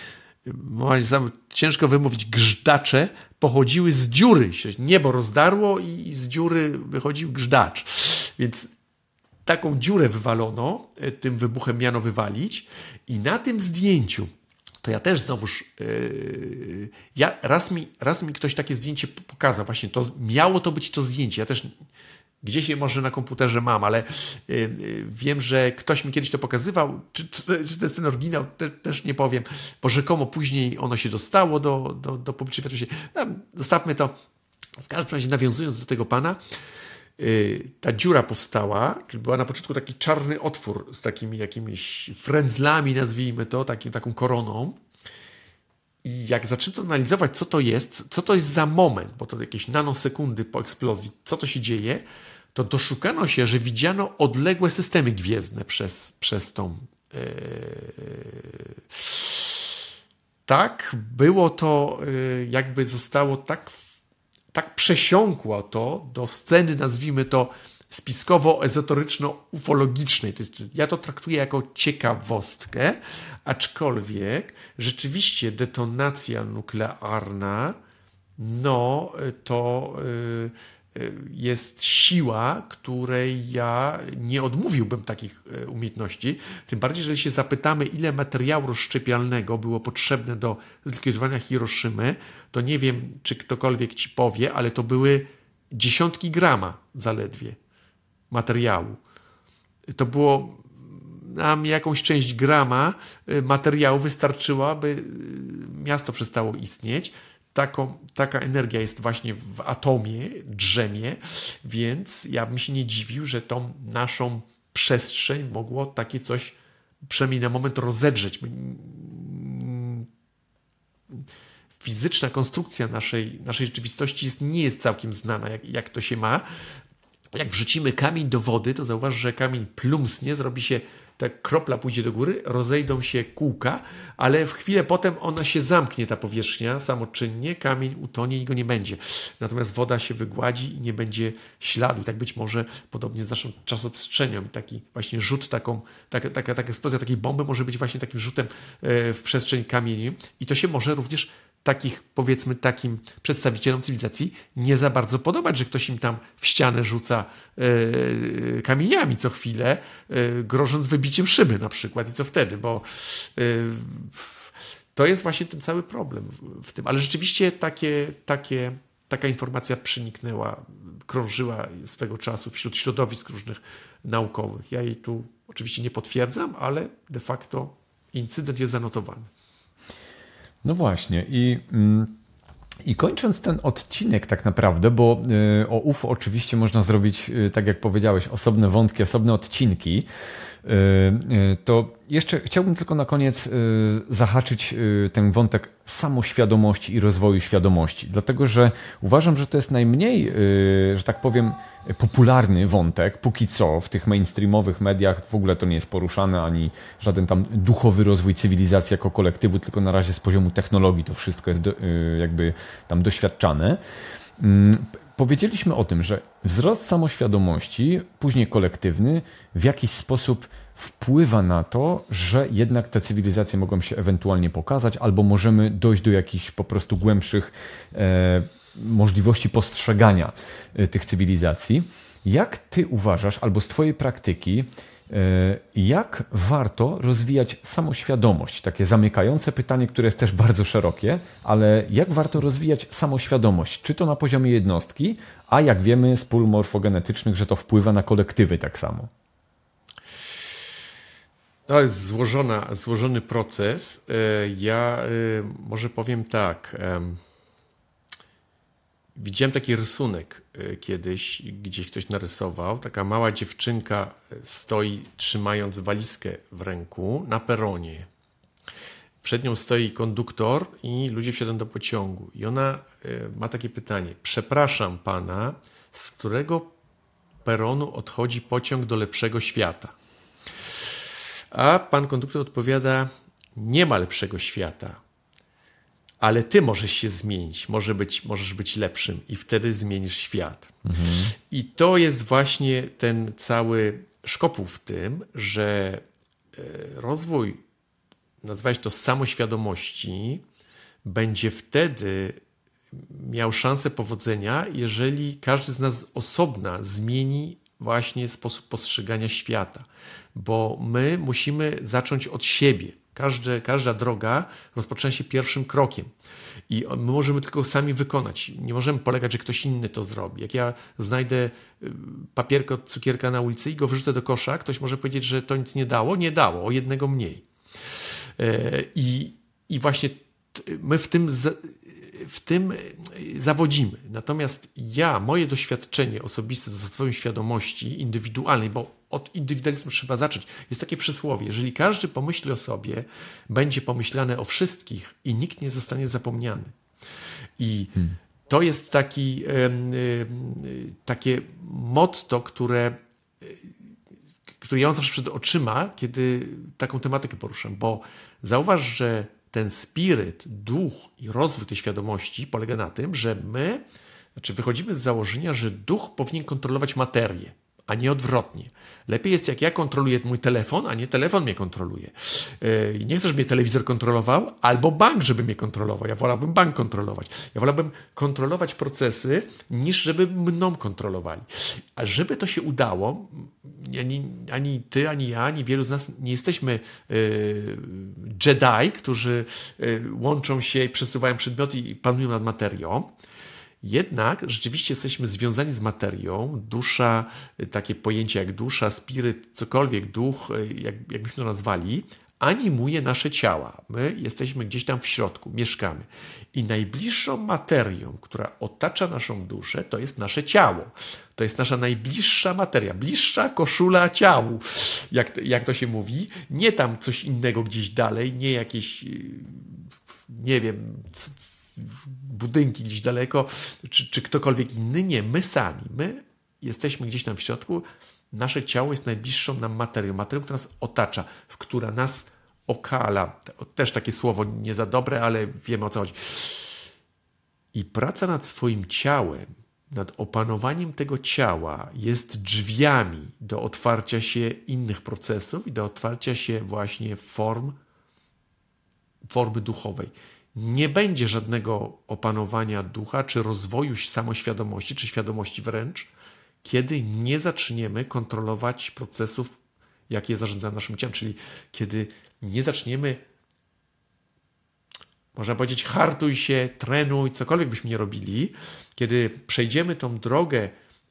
Ciężko wymówić, grzdacze pochodziły z dziury. Niebo rozdarło i z dziury wychodził grzdacz. Więc taką dziurę wywalono, tym wybuchem miano wywalić i na tym zdjęciu, to ja też znowuż, raz mi ktoś takie zdjęcie pokazał, właśnie miało to być to zdjęcie, ja też gdzieś je może na komputerze mam, ale wiem, że ktoś mi kiedyś to pokazywał, czy to jest ten oryginał, też nie powiem, bo rzekomo później ono się dostało do publicznej światłości. Zostawmy to, w każdym razie nawiązując do tego pana, ta dziura powstała, czyli była na początku taki czarny otwór z takimi jakimiś frędzlami, nazwijmy to, taką koroną. I jak zaczęto analizować, co to jest za moment, bo to jakieś nanosekundy po eksplozji, co to się dzieje, to doszukano się, że widziano odległe systemy gwiezdne przez tą... Tak, było to, jakby zostało tak przesiąkło to do sceny, nazwijmy to, spiskowo-ezotoryczno-ufologicznej. Ja to traktuję jako ciekawostkę, aczkolwiek rzeczywiście detonacja nuklearna, to jest siła, której ja nie odmówiłbym takich umiejętności. Tym bardziej, jeżeli się zapytamy, ile materiału rozszczepialnego było potrzebne do zlikwidowania Hiroszymy, to nie wiem, czy ktokolwiek ci powie, ale to były dziesiątki grama zaledwie materiału. To było nam jakąś część grama materiału wystarczyła, aby miasto przestało istnieć. Taka energia jest właśnie w atomie, drzemie, więc ja bym się nie dziwił, że tą naszą przestrzeń mogło takie coś przynajmniej na moment rozedrzeć. Fizyczna konstrukcja naszej rzeczywistości nie jest całkiem znana, jak to się ma. Jak wrzucimy kamień do wody, to zauważ, że kamień plumsnie, zrobi się, ta kropla pójdzie do góry, rozejdą się kółka, ale w chwilę potem ona się zamknie, ta powierzchnia, samoczynnie, kamień utonie i go nie będzie. Natomiast woda się wygładzi i nie będzie śladu. Tak być może podobnie z naszą czasoprzestrzenią. Taki właśnie rzut, taka eksplozja takiej bomby może być właśnie takim rzutem w przestrzeń kamieni. I to się może również takim przedstawicielom cywilizacji nie za bardzo podobać, że ktoś im tam w ścianę rzuca kamieniami co chwilę, grożąc wybiciem szyby na przykład. I co wtedy? Bo to jest właśnie ten cały problem w tym. Ale rzeczywiście taka informacja przeniknęła, krążyła swego czasu wśród środowisk różnych naukowych. Ja jej tu oczywiście nie potwierdzam, ale de facto incydent jest zanotowany. No właśnie i kończąc ten odcinek tak naprawdę, bo o UFO oczywiście można zrobić, tak jak powiedziałeś, osobne wątki, osobne odcinki, to jeszcze chciałbym tylko na koniec zahaczyć ten wątek samoświadomości i rozwoju świadomości, dlatego że uważam, że to jest najmniej, że tak powiem, popularny wątek, póki co w tych mainstreamowych mediach w ogóle to nie jest poruszane, ani żaden tam duchowy rozwój cywilizacji jako kolektywu, tylko na razie z poziomu technologii to wszystko jest jakby tam doświadczane. Powiedzieliśmy o tym, że wzrost samoświadomości, później kolektywny, w jakiś sposób wpływa na to, że jednak te cywilizacje mogą się ewentualnie pokazać, albo możemy dojść do jakichś po prostu głębszych możliwości postrzegania tych cywilizacji. Jak ty uważasz, albo z twojej praktyki, jak warto rozwijać samoświadomość? Takie zamykające pytanie, które jest też bardzo szerokie, ale jak warto rozwijać samoświadomość? Czy to na poziomie jednostki, a jak wiemy z pól morfogenetycznych, że to wpływa na kolektywy tak samo? To jest złożony proces. Ja może powiem tak. Widziałem taki rysunek kiedyś, gdzieś ktoś narysował. Taka mała dziewczynka stoi trzymając walizkę w ręku na peronie. Przed nią stoi konduktor i ludzie wsiadają do pociągu. I ona ma takie pytanie. Przepraszam pana, z którego peronu odchodzi pociąg do lepszego świata? A pan konduktor odpowiada, nie ma lepszego świata, ale ty możesz się zmienić, możesz być lepszym i wtedy zmienisz świat. I to jest właśnie ten cały szkopuł w tym, że rozwój, nazwałeś to samoświadomości, będzie wtedy miał szansę powodzenia, jeżeli każdy z nas z osobna zmieni właśnie sposób postrzegania świata. Bo my musimy zacząć od siebie. Każda droga rozpoczyna się pierwszym krokiem. I my możemy tylko sami wykonać. Nie możemy polegać, że ktoś inny to zrobi. Jak ja znajdę papierkę od cukierka na ulicy i go wyrzucę do kosza, ktoś może powiedzieć, że to nic nie dało. Nie dało, o jednego mniej. I właśnie my w tym zawodzimy. Natomiast moje doświadczenie osobiste ze swojej świadomości indywidualnej, bo od indywidualizmu trzeba zacząć. Jest takie przysłowie, jeżeli każdy pomyśli o sobie, będzie pomyślane o wszystkich i nikt nie zostanie zapomniany. I to jest takie motto, które ja mam zawsze przed oczyma, kiedy taką tematykę poruszam, bo zauważ, że ten spiryt, duch i rozwój tej świadomości polega na tym, że wychodzimy z założenia, że duch powinien kontrolować materię, a nie odwrotnie. Lepiej jest, jak ja kontroluję mój telefon, a nie telefon mnie kontroluje. Nie chcę, żeby mnie telewizor kontrolował, albo bank, żeby mnie kontrolował. Ja wolałbym bank kontrolować. Ja wolałbym kontrolować procesy, niż żeby mną kontrolowali. A żeby to się udało, ani ty, ani ja, ani wielu z nas nie jesteśmy Jedi, którzy łączą się i przesuwają przedmioty i panują nad materią. Jednak rzeczywiście jesteśmy związani z materią. Dusza, takie pojęcie jak dusza, spiryt, cokolwiek, duch, jakbyśmy to nazwali, animuje nasze ciała. My jesteśmy gdzieś tam w środku, mieszkamy. I najbliższą materią, która otacza naszą duszę, to jest nasze ciało. To jest nasza najbliższa materia, bliższa koszula ciału, jak to się mówi. Nie tam coś innego gdzieś dalej, nie jakieś, nie wiem, budynki gdzieś daleko, czy ktokolwiek inny. Nie, my sami. My jesteśmy gdzieś tam w środku. Nasze ciało jest najbliższą nam materią, która nas otacza, która nas okala. Też takie słowo nie za dobre, ale wiemy, o co chodzi. I praca nad swoim ciałem, nad opanowaniem tego ciała jest drzwiami do otwarcia się innych procesów i do otwarcia się właśnie formy duchowej. Nie będzie żadnego opanowania ducha, czy rozwoju samoświadomości, czy świadomości wręcz, kiedy nie zaczniemy kontrolować procesów, jakie zarządzają naszym ciałem, czyli kiedy nie zaczniemy, można powiedzieć, hartuj się, trenuj, cokolwiek byśmy nie robili, kiedy przejdziemy tą drogę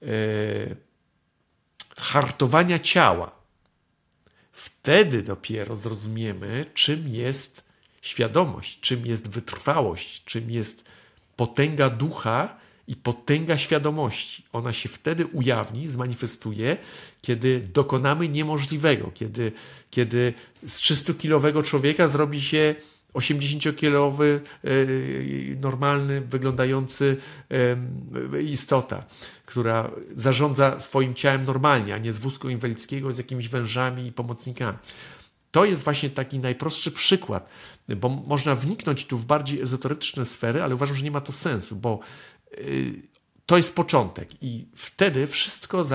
hartowania ciała, wtedy dopiero zrozumiemy, czym jest świadomość, czym jest wytrwałość, czym jest potęga ducha i potęga świadomości. Ona się wtedy ujawni, zmanifestuje, kiedy dokonamy niemożliwego, kiedy z 300-kilowego człowieka zrobi się 80-kilowy, normalny, wyglądający istota, która zarządza swoim ciałem normalnie, a nie z wózku inwalidzkiego, z jakimiś wężami i pomocnikami. To jest właśnie taki najprostszy przykład, bo można wniknąć tu w bardziej ezoteryczne sfery, ale uważam, że nie ma to sensu, bo to jest początek i wtedy wszystko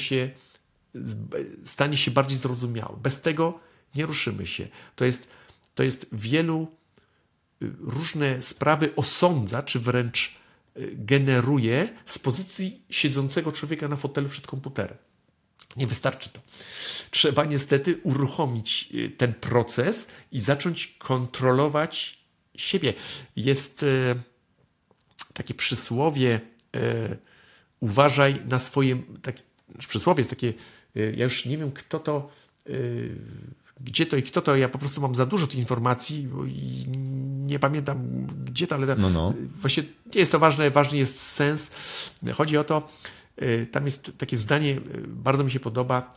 stanie się bardziej zrozumiałe. Bez tego nie ruszymy się. To jest wielu różne sprawy osądza, czy wręcz generuje z pozycji siedzącego człowieka na fotelu przed komputerem. Nie wystarczy to. Trzeba niestety uruchomić ten proces i zacząć kontrolować siebie. Jest takie przysłowie, uważaj na swoje... Przysłowie jest takie, ja już nie wiem kto to, gdzie to i kto to, ja po prostu mam za dużo tych informacji i nie pamiętam gdzie to, ale właśnie nie jest to ważne, ważny jest sens. Chodzi o to, tam jest takie zdanie, bardzo mi się podoba,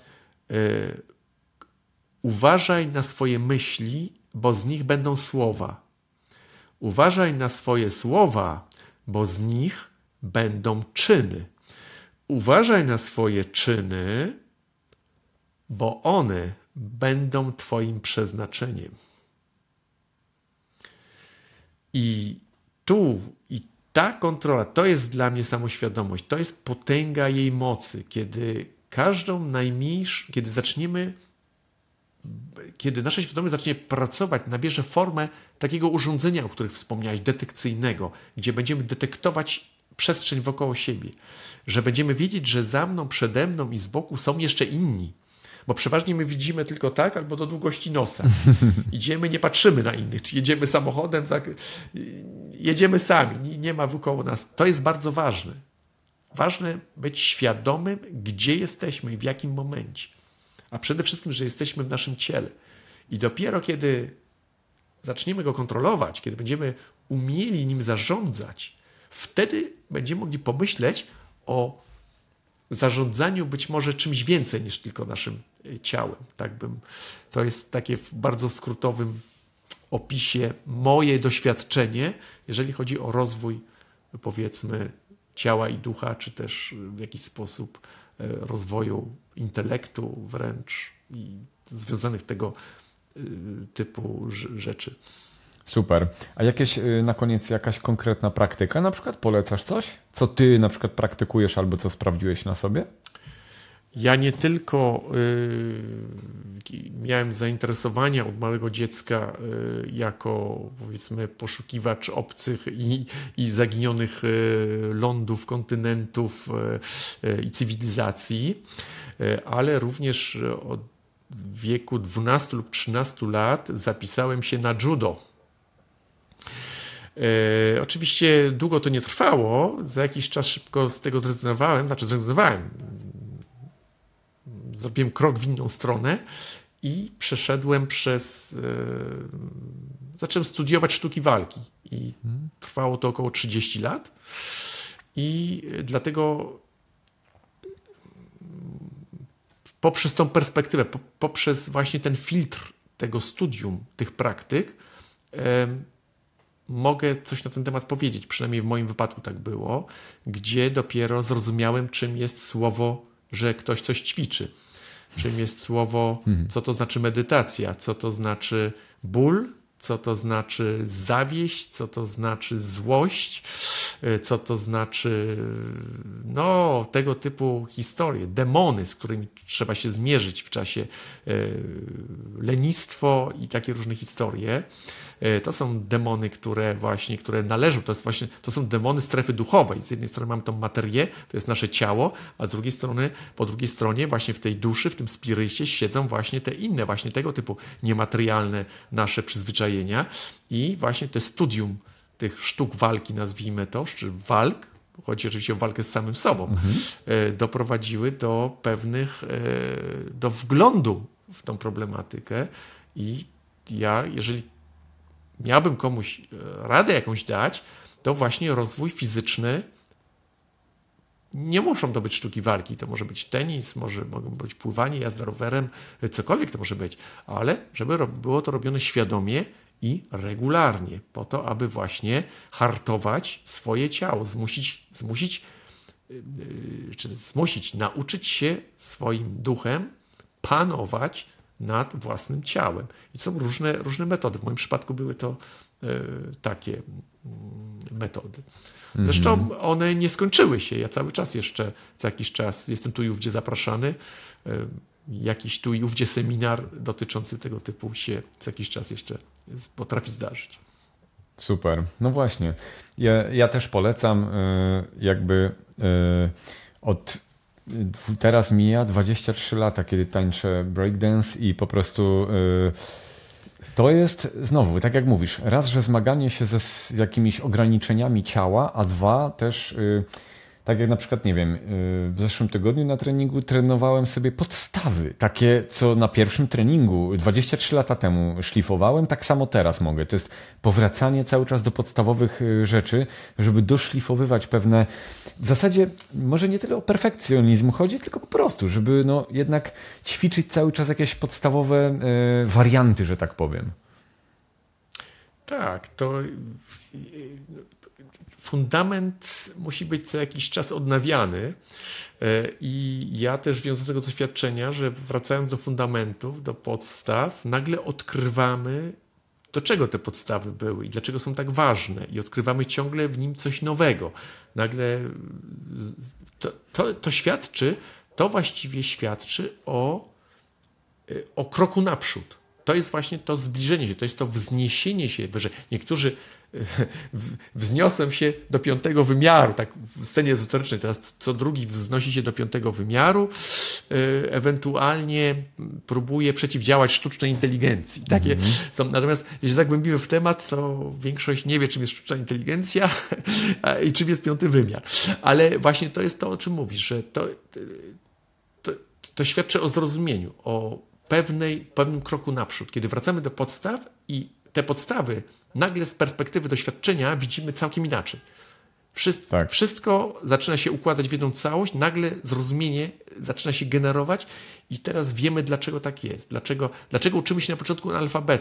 uważaj na swoje myśli, bo z nich będą słowa. Uważaj na swoje słowa, bo z nich będą czyny. Uważaj na swoje czyny, bo one będą twoim przeznaczeniem. I ta kontrola, to jest dla mnie samoświadomość, to jest potęga jej mocy, kiedy kiedy nasza świadomość zacznie pracować, nabierze formę takiego urządzenia, o których wspomniałeś, detekcyjnego, gdzie będziemy detektować przestrzeń wokoło siebie, że będziemy wiedzieć, że za mną, przede mną i z boku są jeszcze inni, bo przeważnie my widzimy tylko tak albo do długości nosa. Idziemy, nie patrzymy na innych, czy jedziemy samochodem, jedziemy sami, nie ma wokoło nas. To jest bardzo ważne. Ważne być świadomym, gdzie jesteśmy i w jakim momencie. A przede wszystkim, że jesteśmy w naszym ciele. I dopiero kiedy zaczniemy go kontrolować, kiedy będziemy umieli nim zarządzać, wtedy będziemy mogli pomyśleć o zarządzaniu być może czymś więcej niż tylko naszym ciałem. To jest takie w bardzo skrótowym opisie moje doświadczenie, jeżeli chodzi o rozwój, powiedzmy, ciała i ducha, czy też w jakiś sposób rozwoju intelektu wręcz i związanych tego typu rzeczy. Super. A na koniec jakaś konkretna praktyka? Na przykład polecasz coś? Co ty na przykład praktykujesz albo co sprawdziłeś na sobie? Ja nie tylko miałem zainteresowania od małego dziecka jako, powiedzmy, poszukiwacz obcych i zaginionych lądów, kontynentów i cywilizacji, ale również od wieku 12 lub 13 lat zapisałem się na judo. Oczywiście długo to nie trwało, za jakiś czas szybko z tego zrezygnowałem, zrobiłem krok w inną stronę i przeszedłem zacząłem studiować sztuki walki i trwało to około 30 lat i dlatego poprzez tą perspektywę, poprzez właśnie ten filtr tego studium, tych praktyk, mogę coś na ten temat powiedzieć, przynajmniej w moim wypadku tak było, gdzie dopiero zrozumiałem, czym jest słowo, że ktoś coś ćwiczy. Czym jest słowo, co to znaczy medytacja, co to znaczy ból, co to znaczy zawieść, co to znaczy złość, co to znaczy tego typu historie, demony, z którymi trzeba się zmierzyć w czasie, lenistwo i takie różne historie. To są demony, które należą, to są demony strefy duchowej. Z jednej strony mamy tą materię, to jest nasze ciało, a z drugiej strony, po drugiej stronie właśnie w tej duszy, w tym spirycie siedzą właśnie te inne, właśnie tego typu niematerialne nasze przyzwyczajenia i właśnie to studium tych sztuk walki, nazwijmy to, czy walk, chodzi oczywiście o walkę z samym sobą, doprowadziły do do wglądu w tą problematykę i ja, jeżeli miałbym komuś radę jakąś dać, to właśnie rozwój fizyczny. Nie muszą to być sztuki walki, to może być tenis, mogą być pływanie, jazda rowerem, cokolwiek to może być, ale żeby było to robione świadomie i regularnie, po to, aby właśnie hartować swoje ciało, zmusić, nauczyć się swoim duchem panować nad własnym ciałem. I są różne metody. W moim przypadku były to takie metody. Zresztą one nie skończyły się. Ja cały czas jeszcze, co jakiś czas jestem tu i ówdzie zapraszany. Jakiś tu i ówdzie seminar dotyczący tego typu się co jakiś czas jeszcze potrafi zdarzyć. Super. No właśnie. Ja też polecam teraz mija 23 lata, kiedy tańczę breakdance i po prostu to jest znowu, tak jak mówisz, raz, że zmaganie się z jakimiś ograniczeniami ciała, a dwa też tak jak na przykład, nie wiem, w zeszłym tygodniu na treningu trenowałem sobie podstawy, takie co na pierwszym treningu 23 lata temu szlifowałem, tak samo teraz mogę. To jest powracanie cały czas do podstawowych rzeczy, żeby doszlifowywać pewne, w zasadzie może nie tyle o perfekcjonizm chodzi, tylko po prostu, żeby jednak ćwiczyć cały czas jakieś podstawowe warianty, że tak powiem. Tak, to fundament musi być co jakiś czas odnawiany i ja też wiem z tego doświadczenia, że wracając do fundamentów, do podstaw, nagle odkrywamy, do czego te podstawy były i dlaczego są tak ważne i odkrywamy ciągle w nim coś nowego. Nagle to właściwie świadczy o kroku naprzód. To jest właśnie to zbliżenie się, to jest to wzniesienie się wyżej. Niektórzy wzniosłem się do 5. wymiaru, tak w scenie ezoterycznej, teraz co drugi wznosi się do 5. wymiaru, ewentualnie próbuje przeciwdziałać sztucznej inteligencji. Takie są. Natomiast jeśli zagłębimy w temat, to większość nie wie, czym jest sztuczna inteligencja i czym jest 5. wymiar. Ale właśnie to jest to, o czym mówisz, że to świadczy o zrozumieniu, o pewnym kroku naprzód, kiedy wracamy do podstaw i te podstawy nagle z perspektywy doświadczenia widzimy całkiem inaczej. Wszystko zaczyna się układać w jedną całość, nagle zrozumienie zaczyna się generować i teraz wiemy, dlaczego tak jest. Dlaczego uczymy się na początku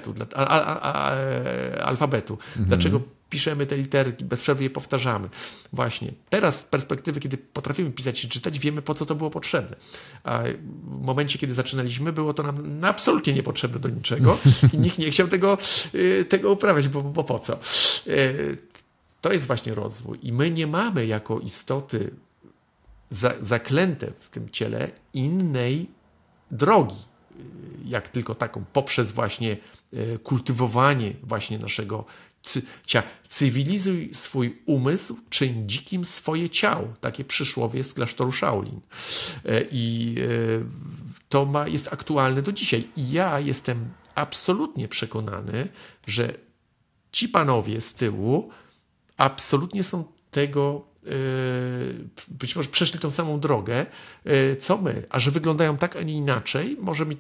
alfabetu. Dlaczego piszemy te literki, bez przerwy je powtarzamy. Właśnie. Teraz z perspektywy, kiedy potrafimy pisać i czytać, wiemy, po co to było potrzebne. A w momencie, kiedy zaczynaliśmy, było to nam absolutnie niepotrzebne do niczego i nikt nie chciał tego uprawiać, bo po co? To jest właśnie rozwój. I my nie mamy jako istoty zaklęte w tym ciele innej drogi, jak tylko taką, poprzez właśnie kultywowanie właśnie naszego cywilizuj swój umysł, czyń dzikim swoje ciało. Takie przysłowie z klasztoru Shaolin. I to jest aktualne do dzisiaj. I ja jestem absolutnie przekonany, że ci panowie z tyłu absolutnie są tego, być może przeszli tą samą drogę, co my, a że wyglądają tak, a nie inaczej, może mieć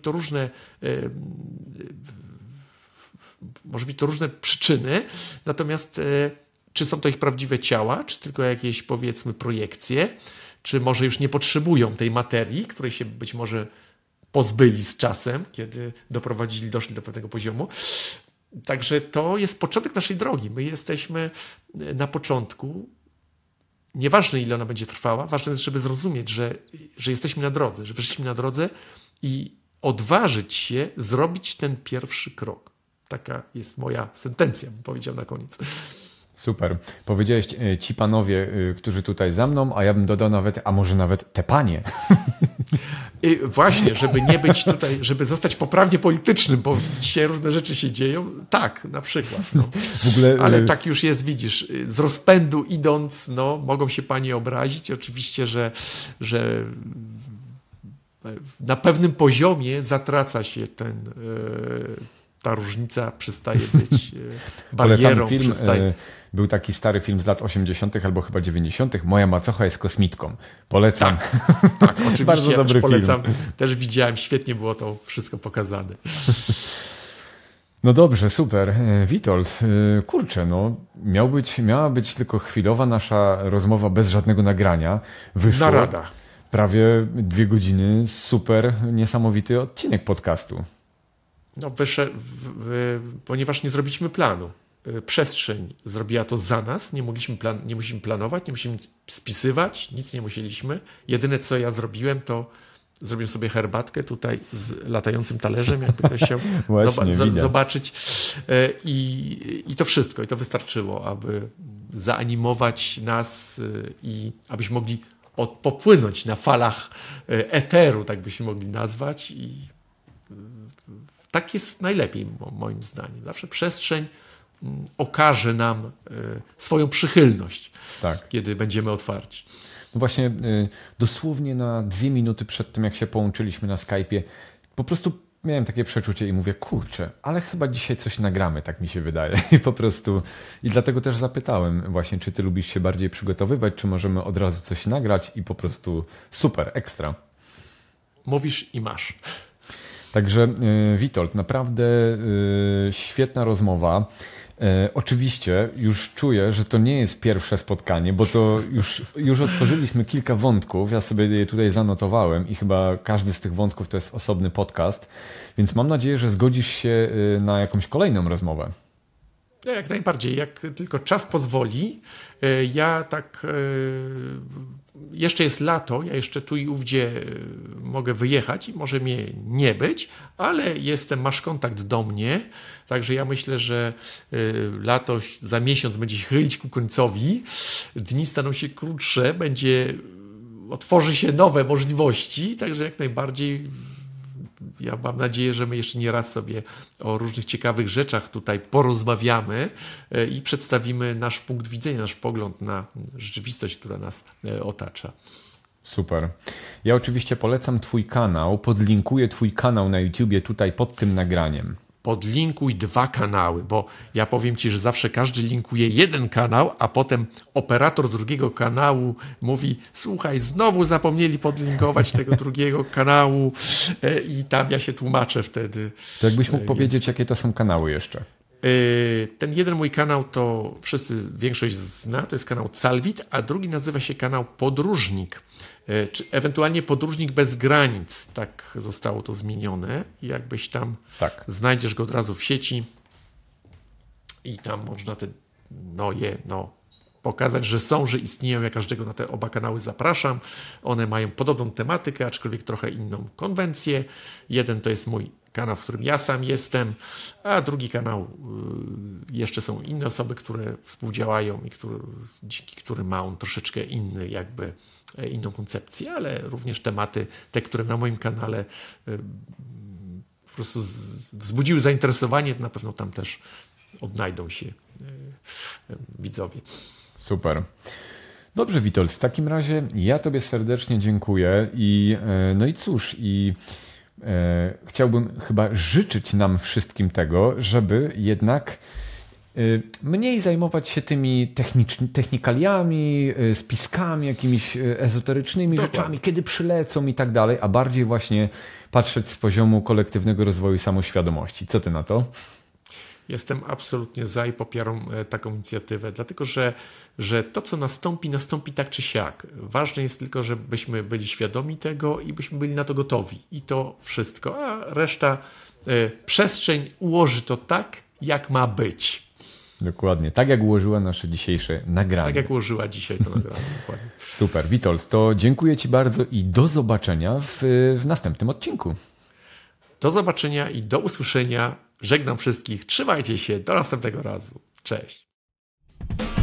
to różne przyczyny, natomiast czy są to ich prawdziwe ciała, czy tylko jakieś, powiedzmy, projekcje, czy może już nie potrzebują tej materii, której się być może pozbyli z czasem, kiedy doszli do pewnego poziomu. Także to jest początek naszej drogi. My jesteśmy na początku. Nieważne, ile ona będzie trwała, ważne jest, żeby zrozumieć, że jesteśmy na drodze, że wyszliśmy na drodze i odważyć się zrobić ten pierwszy krok. Taka jest moja sentencja, bym powiedział na koniec. Super. Powiedziałeś ci panowie, którzy tutaj za mną, a ja bym dodał a może nawet te panie. I właśnie, żeby nie być tutaj, żeby zostać poprawnie politycznym, bo dzisiaj różne rzeczy się dzieją. Tak, na przykład. W ogóle, ale tak już jest, widzisz, z rozpędu idąc, mogą się panie obrazić. Oczywiście, że na pewnym poziomie zatraca się ta różnica przestaje być barierą. Film, był taki stary film z lat 80. albo chyba 90. Moja macocha jest kosmitką. Polecam. Tak, oczywiście. Bardzo ja dobry też polecam. film. Też widziałem, świetnie było to wszystko pokazane. No dobrze, super. Witold, kurczę, miała być tylko chwilowa nasza rozmowa bez żadnego nagrania. Wyszło narada. Prawie 2 godziny, super, niesamowity odcinek podcastu. No, ponieważ nie zrobiliśmy planu. Przestrzeń zrobiła to za nas, nie musimy planować, nie musimy nic spisywać, nic nie musieliśmy. Jedyne, co ja zrobiłem, to zrobiłem sobie herbatkę tutaj z latającym talerzem, jakby ktoś chciał zobaczyć. I to wszystko. I to wystarczyło, aby zaanimować nas i abyśmy mogli popłynąć na falach eteru, tak byśmy mogli nazwać. I tak jest najlepiej, moim zdaniem. Zawsze przestrzeń okaże nam swoją przychylność, kiedy będziemy otwarci. No właśnie dosłownie na 2 minuty przed tym, jak się połączyliśmy na Skype'ie, po prostu miałem takie przeczucie i mówię, kurczę, ale chyba dzisiaj coś nagramy, tak mi się wydaje. I po prostu, i dlatego też zapytałem właśnie, czy ty lubisz się bardziej przygotowywać, czy możemy od razu coś nagrać i po prostu super, ekstra. Mówisz i masz. Także Witold, naprawdę świetna rozmowa. Oczywiście już czuję, że to nie jest pierwsze spotkanie, bo to już otworzyliśmy kilka wątków, ja sobie je tutaj zanotowałem i chyba każdy z tych wątków to jest osobny podcast, więc mam nadzieję, że zgodzisz się na jakąś kolejną rozmowę. No, jak najbardziej, jak tylko czas pozwoli. Ja tak, jeszcze jest lato, ja jeszcze tu i ówdzie mogę wyjechać i może mnie nie być, ale masz kontakt do mnie, także ja myślę, że lato za miesiąc będzie się chylić ku końcowi, dni staną się krótsze, otworzy się nowe możliwości, także jak najbardziej. Ja mam nadzieję, że my jeszcze nie raz sobie o różnych ciekawych rzeczach tutaj porozmawiamy i przedstawimy nasz punkt widzenia, nasz pogląd na rzeczywistość, która nas otacza. Super. Ja oczywiście polecam twój kanał, podlinkuję twój kanał na YouTubie tutaj pod tym nagraniem. Podlinkuj 2 kanały, bo ja powiem ci, że zawsze każdy linkuje jeden kanał, a potem operator drugiego kanału mówi, słuchaj, znowu zapomnieli podlinkować tego drugiego kanału i tam ja się tłumaczę wtedy. To jakbyś mógł powiedzieć, jakie to są kanały jeszcze? Ten jeden mój kanał to większość zna, to jest kanał Calwit, a drugi nazywa się kanał Podróżnik. Czy ewentualnie Podróżnik bez granic, tak zostało to zmienione. Jakbyś tam znajdziesz go od razu w sieci i tam można pokazać, że istnieją. Ja każdego na te oba kanały zapraszam. One mają podobną tematykę, aczkolwiek trochę inną konwencję. Jeden to jest mój kanał, w którym ja sam jestem, a drugi kanał jeszcze są inne osoby, które współdziałają i dzięki którym ma on troszeczkę inną koncepcję, ale również tematy, te, które na moim kanale po prostu wzbudziły zainteresowanie, na pewno tam też odnajdą się widzowie. Super. Dobrze, Witold, w takim razie ja tobie serdecznie dziękuję i cóż, chciałbym chyba życzyć nam wszystkim tego, żeby jednak mniej zajmować się tymi technikaliami, spiskami, jakimiś ezoterycznymi rzeczami, kiedy przylecą i tak dalej, a bardziej właśnie patrzeć z poziomu kolektywnego rozwoju samoświadomości. Co ty na to? Jestem absolutnie za i popieram taką inicjatywę, dlatego że to, co nastąpi tak czy siak. Ważne jest tylko, żebyśmy byli świadomi tego i byśmy byli na to gotowi. I to wszystko. A reszta, przestrzeń ułoży to tak, jak ma być. Dokładnie. Tak jak ułożyła nasze dzisiejsze nagranie. Tak jak ułożyła dzisiaj to nagranie. Dokładnie. Super. Witold, to dziękuję ci bardzo i do zobaczenia w następnym odcinku. Do zobaczenia i do usłyszenia. Żegnam wszystkich. Trzymajcie się. Do następnego razu. Cześć.